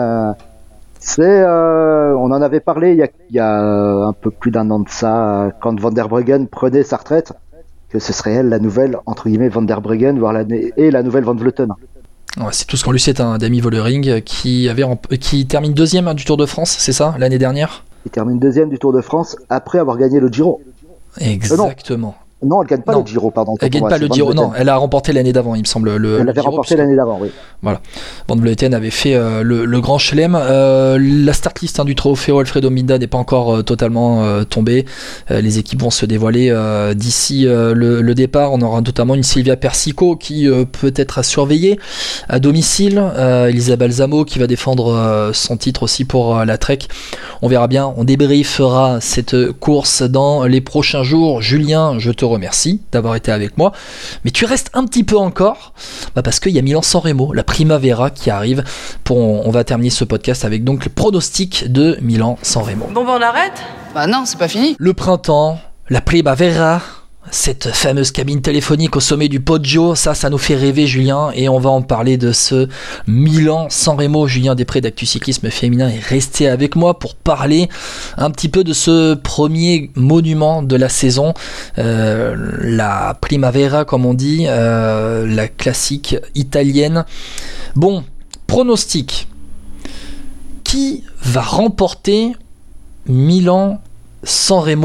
on en avait parlé il y a un peu plus d'1 an de ça, quand Van der Breggen prenait sa retraite, que ce serait elle la nouvelle, entre guillemets, Van der Breggen, voire la nouvelle Van Vleuten. Ouais, c'est tout ce qu'on lui sait, Dami Vollering qui termine 2e du Tour de France, c'est ça, l'année dernière? Il termine 2e du Tour de France après avoir gagné le Giro. Exactement. Non, elle gagne pas le Giro, pardon. Elle gagne pas le Giro, non. Elle a remporté l'année d'avant, il me semble. Elle avait remporté l'année d'avant, oui. Voilà. Van Vleuten avait fait le Grand Chelem. La start list du trophée Alfredo Minda n'est pas encore totalement tombée. Les équipes vont se dévoiler d'ici le départ. On aura notamment une Silvia Persico qui peut être à surveiller à domicile. Elisa Balsamo qui va défendre son titre aussi pour la Trek. On verra bien. On débriefera cette course dans les prochains jours. Julien, je te remercie d'avoir été avec moi, mais tu restes un petit peu encore parce qu'il y a Milan-San Remo, la Primavera qui arrive. On va terminer ce podcast avec donc le pronostic de Milan-San Remo. Bon on arrête ? Bah non, c'est pas fini. Le printemps, la Primavera, cette fameuse cabine téléphonique au sommet du Poggio, ça nous fait rêver, Julien, et on va en parler de ce Milan-San Remo. Julien Després d'Actu Cyclisme Féminin est resté avec moi pour parler un petit peu de ce premier monument de la saison, la Primavera comme on dit, la classique italienne. Bon, pronostic. Qui va remporter Milan-San Remo ?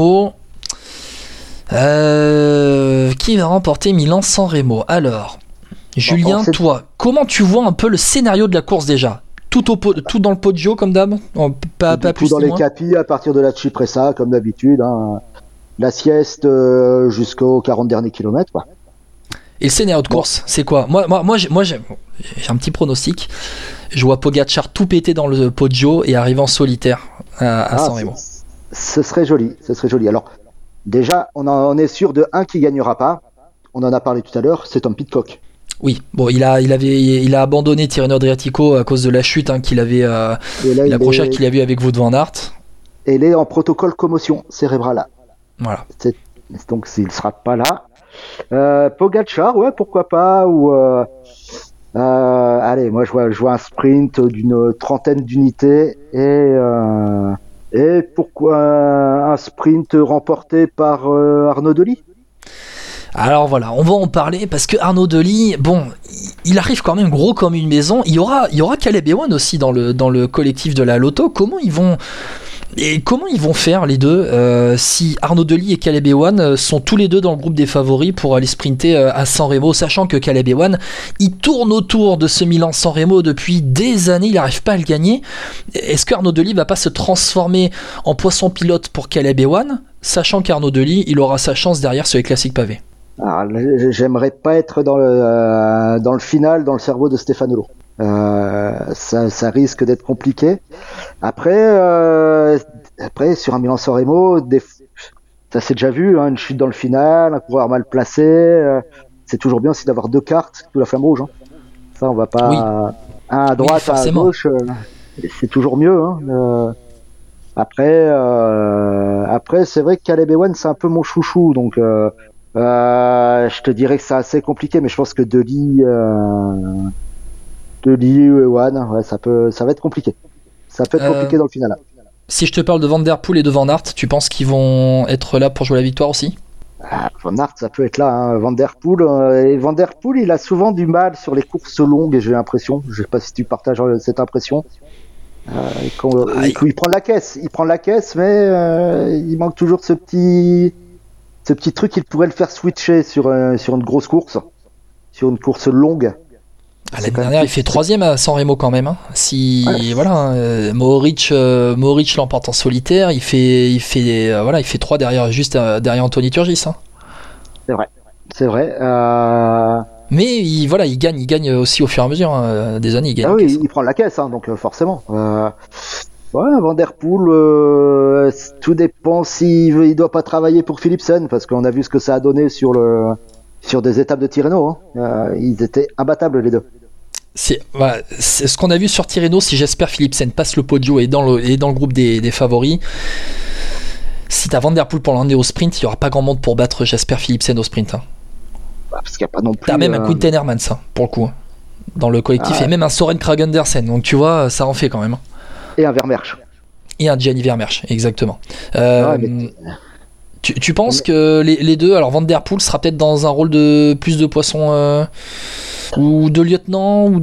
Qui va remporter Milan-San Remo ? Alors, Julien, toi, comment tu vois un peu le scénario de la course déjà ? Tout dans le Poggio comme d'hab ? Pas tout plus dans les moins. capis à partir de la Cipressa comme d'habitude. La sieste jusqu'aux 40 derniers kilomètres. Quoi. Et le scénario de course, c'est quoi ? Moi j'ai un petit pronostic. Je vois Pogacar tout péter dans le Poggio et arriver en solitaire à San Remo. Ce serait joli. Alors, déjà, on est sûr de un qui gagnera pas. On en a parlé tout à l'heure, c'est Tom Pidcock. Oui, bon, il a abandonné Tirreno Adriatico à cause de la chute qu'il avait, l'approchage qu'il a vu avec Wout van Aert. Et il est en protocole commotion cérébrale. Voilà. Donc s'il sera pas là, Pogacar, ouais, pourquoi pas. Ou allez, moi je vois un sprint d'une 30aine d'unités et pourquoi un sprint remporté par Arnaud Delis. Alors voilà, on va en parler parce que Arnaud Delis, bon, il arrive quand même gros comme une maison. Il y aura Caleb Ewan aussi dans le collectif de la Lotto. Comment ils vont faire les deux si Arnaud Delis et Caleb Ewan sont tous les deux dans le groupe des favoris pour aller sprinter à San Remo, sachant que Caleb Ewan il tourne autour de ce Milan-San Remo depuis des années, il n'arrive pas à le gagner. Est-ce que Arnaud Delis va pas se transformer en poisson pilote pour Caleb Ewan, sachant qu'Arnaud Delis il aura sa chance derrière sur les classiques pavés? Alors, j'aimerais pas être dans le final, dans le cerveau de Stéphane Lowe. Ça risque d'être compliqué. Après sur un Milan-San Remo, ça s'est déjà vu, une chute dans le final, un coureur mal placé. C'est toujours bien aussi d'avoir deux cartes sous la flamme rouge. Ça, on va pas un à droite, un à gauche. C'est toujours mieux. Après, c'est vrai que Caleb Ewan, c'est un peu mon chouchou, donc. Je te dirais que c'est assez compliqué, mais je pense que Delis ou Ewan, ouais, ça va être compliqué. Ça peut être compliqué dans le final. Si je te parle de Van Der Poel et de Van Aert, tu penses qu'ils vont être là pour jouer la victoire aussi ? Van Aert, ça peut être là. Van Der Poel, il a souvent du mal sur les courses longues, j'ai l'impression. Je sais pas si tu partages cette impression. Il prend de la caisse, mais il manque toujours ce petit truc, il pourrait le faire switcher sur une grosse course, sur une course longue. L'année dernière, il fait 3ème à San Remo quand même. Mohoric l'emporte en solitaire, il fait 3 derrière, juste derrière Anthony Turgis. C'est vrai. Mais il gagne aussi au fur et à mesure des années. Il prend la caisse, donc forcément. Van Der Poel, tout dépend s'il doit pas travailler pour Philipsen, parce qu'on a vu ce que ça a donné sur des étapes de Tirreno. Ils étaient imbattables les deux. C'est ce qu'on a vu sur Tirreno. Si Jasper Philipsen passe le Poggio et dans le groupe des favoris, si t'as Van Der Poel pour l'emmener au sprint, il y aura pas grand monde pour battre Jasper Philipsen au sprint. Parce qu'il y a pas non plus. T'as même un Quinten Hermans pour le coup dans le collectif, et même un Soren Kragh Andersen. Donc tu vois, ça en fait quand même. Et un Vermeersch. Et un Gianni Vermeersch, exactement. Tu penses que les deux, alors Van Der Poel sera peut-être dans un rôle de plus de poisson Ou de lieutenant, ou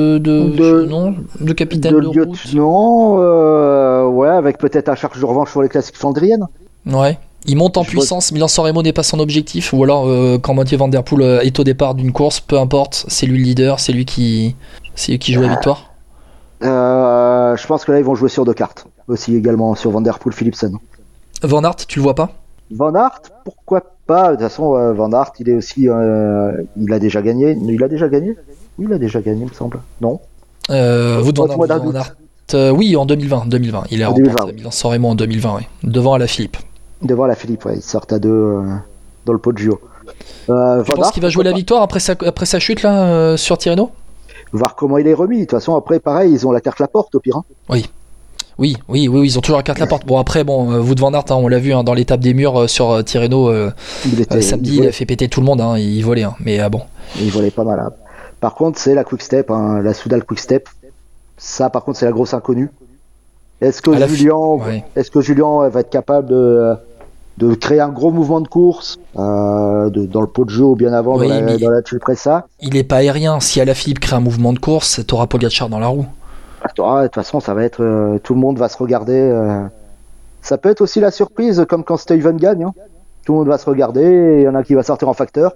de capitaine de route. Lieutenant, ouais, avec peut-être un charge de revanche sur les classiques flandriennes. Ouais. Il monte en puissance, Milan-San Remo n'est pas son objectif, ou alors quand Mathieu Van Der Poel est au départ d'une course, peu importe, c'est lui le leader, c'est lui qui joue la victoire. Je pense que là ils vont jouer sur 2 cartes, aussi également sur Van Der Poel, Philipsen. Van Aert, tu le vois pas? Van Aert, pourquoi pas? De toute façon, Van Aert, il est aussi, il a déjà gagné. Il a déjà gagné? Oui, il a déjà gagné, il me semble. Non. Van Aert, oui, en 2020. Il est remporté Milan-San Remo en 2020, oui. Devant Alaphilippe. Devant Alaphilippe, ouais. Ils sortent à 2 dans le Poggio. Tu penses qu'il va jouer la victoire après sa chute là sur Tirreno? Voir comment il est remis. De toute façon, après, pareil, ils ont la carte Laporte au pire. Hein. Oui, ils ont toujours la carte Laporte. Bon, après, Wout van Aert, on l'a vu dans l'étape des murs sur Tirreno samedi, il a fait péter tout le monde, il volait. Mais bon. Il volait pas mal. Hein. Par contre, c'est la Quick Step, la Soudal Quick Step. Ça, par contre, c'est la grosse inconnue. Est-ce que Julien va être capable de créer un gros mouvement de course dans le Poggio bien avant dans la Cipressa? Il est pas aérien. Si Alaphilippe crée un mouvement de course, t'auras Pogacar dans la roue. De toute façon, ça va être tout le monde va se regarder. Ça peut être aussi la surprise, comme quand Stuyven gagne. Hein. Tout le monde va se regarder. Il y en a qui va sortir en facteur.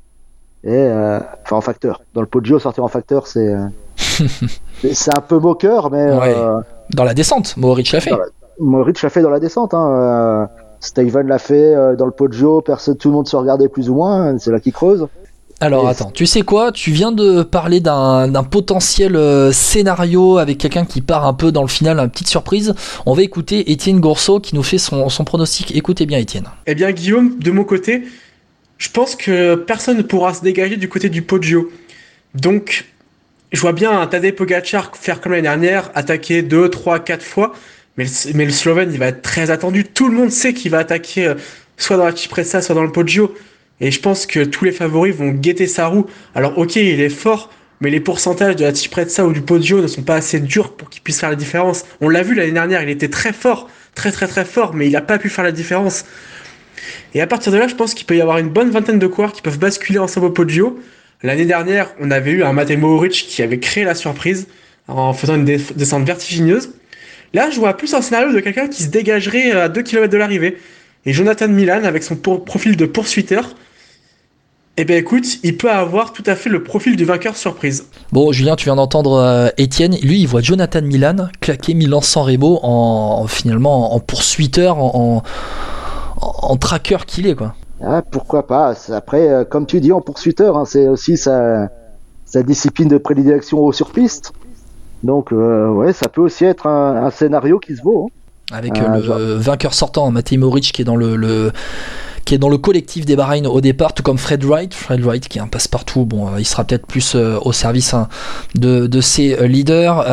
En facteur. Dans le Poggio, sortir en facteur, c'est un peu moqueur, mais dans la descente, Mohoric l'a fait. Mohoric l'a fait dans la descente. Hein. Stuyven l'a fait dans le Poggio. Tout le monde se regardait plus ou moins. C'est là qu'il creuse. Alors attends, tu sais quoi? Tu viens de parler d'un potentiel scénario avec quelqu'un qui part un peu dans le final, une petite surprise. On va écouter Étienne Gourceau qui nous fait son pronostic. Écoutez bien Étienne. Eh bien Guillaume, de mon côté, je pense que personne ne pourra se dégager du côté du Poggio. Donc, je vois bien un Tadej Pogacar faire comme l'année dernière, attaquer 2, 3, 4 fois, mais le Slovène, il va être très attendu. Tout le monde sait qu'il va attaquer soit dans la Cipressa, soit dans le Poggio. Et je pense que tous les favoris vont guetter sa roue. Alors ok, il est fort, mais les pourcentages de la Cipressa ou du Poggio ne sont pas assez durs pour qu'il puisse faire la différence. On l'a vu l'année dernière, il était très fort, très fort, mais il n'a pas pu faire la différence. Et à partir de là, je pense qu'il peut y avoir une bonne vingtaine de coureurs qui peuvent basculer ensemble au Poggio. L'année dernière, on avait eu un Matej Mohoric qui avait créé la surprise en faisant une descente vertigineuse. Là, je vois plus un scénario de quelqu'un qui se dégagerait à 2 km de l'arrivée. Et Jonathan Milan, avec son profil de poursuiteur, eh bien écoute, il peut avoir tout à fait le profil du vainqueur surprise. Bon, Julien, tu viens d'entendre Étienne. Lui, il voit Jonathan Milan claquer Milan-San Remo finalement en poursuiteur, en tracker qu'il est, quoi. Ah, pourquoi pas. Après, comme tu dis, en poursuiteur, hein, c'est aussi sa discipline de prédilection au sur-piste. Donc, ça peut aussi être un scénario qui se vaut. Hein. Avec le vainqueur sortant, Matej Mohoric, qui est dans le collectif des Bahreïn au départ, tout comme Fred Wright qui est un passe-partout. Bon, il sera peut-être plus au service de ses leaders.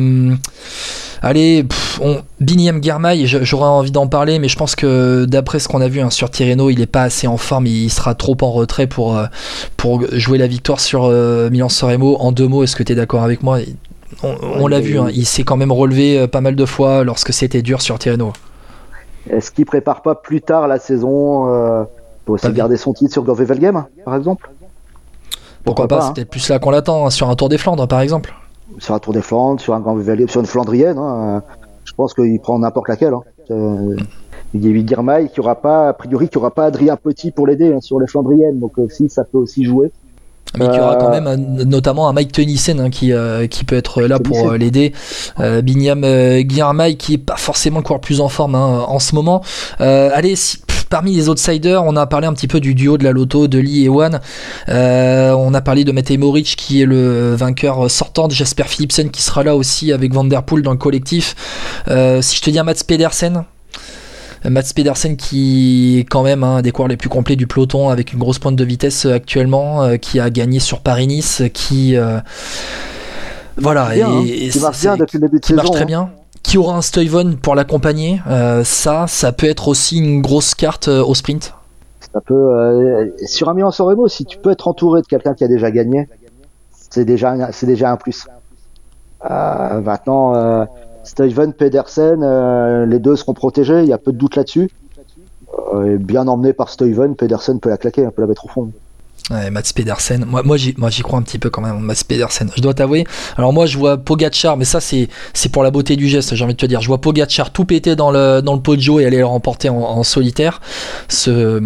Biniam Girmay, j'aurais envie d'en parler, mais je pense que d'après ce qu'on a vu sur Tirreno, il est pas assez en forme, il sera trop en retrait pour jouer la victoire sur Milan-San Remo. En 2 mots, est-ce que tu es d'accord avec moi? On l'a vu, il s'est quand même relevé pas mal de fois lorsque c'était dur sur Tirreno. Est-ce qu'il prépare pas plus tard la saison pour aussi garder son titre sur Gore-Wevelgem, par exemple? Pourquoi pas, c'est peut-être plus là qu'on l'attend, sur un Tour des Flandres, par exemple. Sur un Tour des Flandres, sur un Gore-Wevelgem, sur une Flandrienne, je pense qu'il prend n'importe laquelle. Il y a Girmay qui aura pas Adrien Petit pour l'aider sur les Flandriennes, donc aussi ça peut aussi jouer. Mais il y aura quand même notamment un Mike Tennyson qui peut être là pour l'aider. Biniam Girmay qui est pas forcément le coureur plus en forme en ce moment. Parmi les outsiders, on a parlé un petit peu du duo de la Lotto, de Lee et Wan. On a parlé de Matej Mohoric qui est le vainqueur sortant, de Jasper Philipsen qui sera là aussi avec Van Der Poel dans le collectif. Si je te dis un Mats Pedersen qui est quand même un des coureurs les plus complets du peloton avec une grosse pointe de vitesse actuellement, qui a gagné sur Paris-Nice, qui marche bien depuis le début de saison, marche très bien, qui aura un Stuyven pour l'accompagner. Ça peut être aussi une grosse carte au sprint. Ça peut sur un Milan-San Remo, si tu peux être entouré de quelqu'un qui a déjà gagné, c'est déjà un plus. Maintenant Stuyven, Pedersen, les deux seront protégés, il y a peu de doute là-dessus. Bien emmené par Stuyven, Pedersen peut la claquer, peut la mettre au fond. Ouais, Mats Pedersen, moi j'y crois un petit peu quand même, Mats Pedersen, je dois t'avouer. Alors moi je vois Pogačar, mais ça c'est pour la beauté du geste, j'ai envie de te dire. Je vois Pogačar tout péter dans le Poggio et aller le remporter en solitaire, ce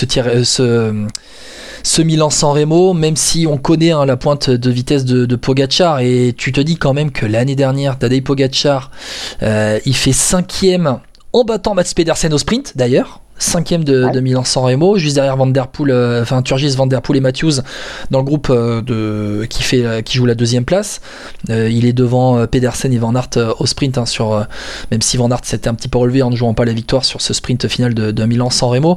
Milan-San Remo, même si on connaît la pointe de vitesse de Pogačar, et tu te dis quand même que l'année dernière, Tadej Pogačar, il fait 5e en battant Mats Pedersen au sprint d'ailleurs. 5e de Milan-San Remo, juste derrière Van Der Poel, Turgis, Van Der Poel et Matthews dans le groupe qui joue la 2e place. Il est devant Pedersen et Van Aert au sprint, même si Van Aert s'était un petit peu relevé en ne jouant pas la victoire sur ce sprint final de Milan-San Remo.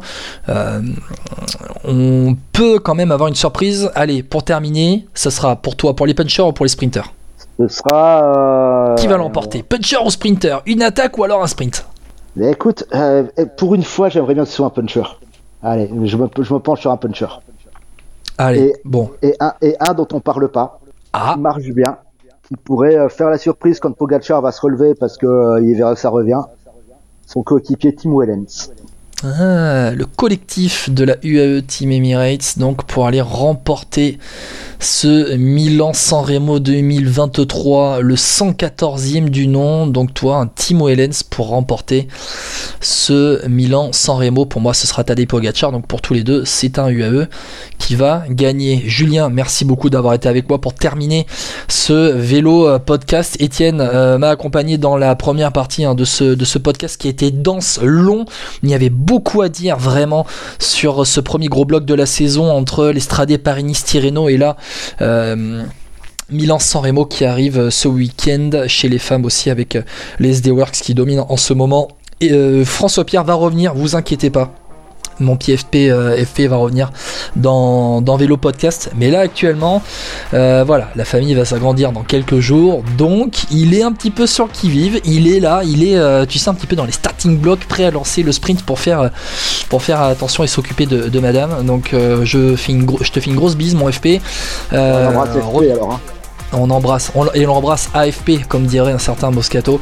On peut quand même avoir une surprise. Allez, pour terminer, ça sera pour toi, pour les punchers ou pour les sprinters? Ce sera... Qui va l'emporter? Puncher ou sprinter? Une attaque ou alors un sprint? Mais écoute, pour une fois, j'aimerais bien que ce soit un puncher. Allez, je me penche sur un puncher. Allez, bon. Et un dont on parle pas, qui marche bien, qui pourrait faire la surprise quand Pogačar va se relever parce que il verra que ça revient. Son coéquipier Tim Wellens. Le collectif de la UAE Team Emirates, donc pour aller remporter ce Milan-San Remo 2023, le 114e du nom. Donc toi, un Tim Wellens pour remporter ce Milan-San Remo. Pour moi, ce sera Tadej Pogačar. Donc pour tous les deux, c'est un UAE qui va gagner. Julien, merci beaucoup d'avoir été avec moi pour terminer ce vélo podcast. Étienne m'a accompagné dans la première partie de ce podcast qui était dense, long. Il y avait beaucoup à dire vraiment sur ce premier gros bloc de la saison entre l'Estradé Paris-Nice-Tirreno et là Milan-San Remo qui arrive ce week-end chez les femmes aussi avec les SD Works qui dominent en ce moment. Et François Pierre va revenir, vous inquiétez pas. Mon pied FP va revenir dans Vélo Podcast, mais là actuellement voilà, la famille va s'agrandir dans quelques jours, donc il est un petit peu sur le qui-vive, il est là, tu sais, un petit peu dans les starting blocks, prêt à lancer le sprint pour faire attention et s'occuper de madame. Donc je te fais une grosse bise, mon FP. On embrasse FP alors, hein. On embrasse AFP, comme dirait un certain Moscato.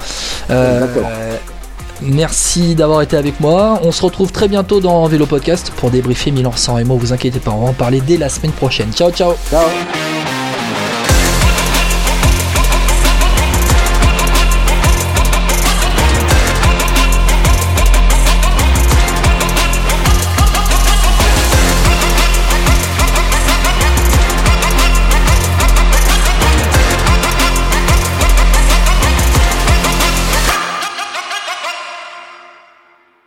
Merci d'avoir été avec moi. On se retrouve très bientôt dans Vélo Podcast pour débriefer Milan-San Remo. Vous inquiétez pas, on va en parler dès la semaine prochaine. Ciao, ciao. Ciao.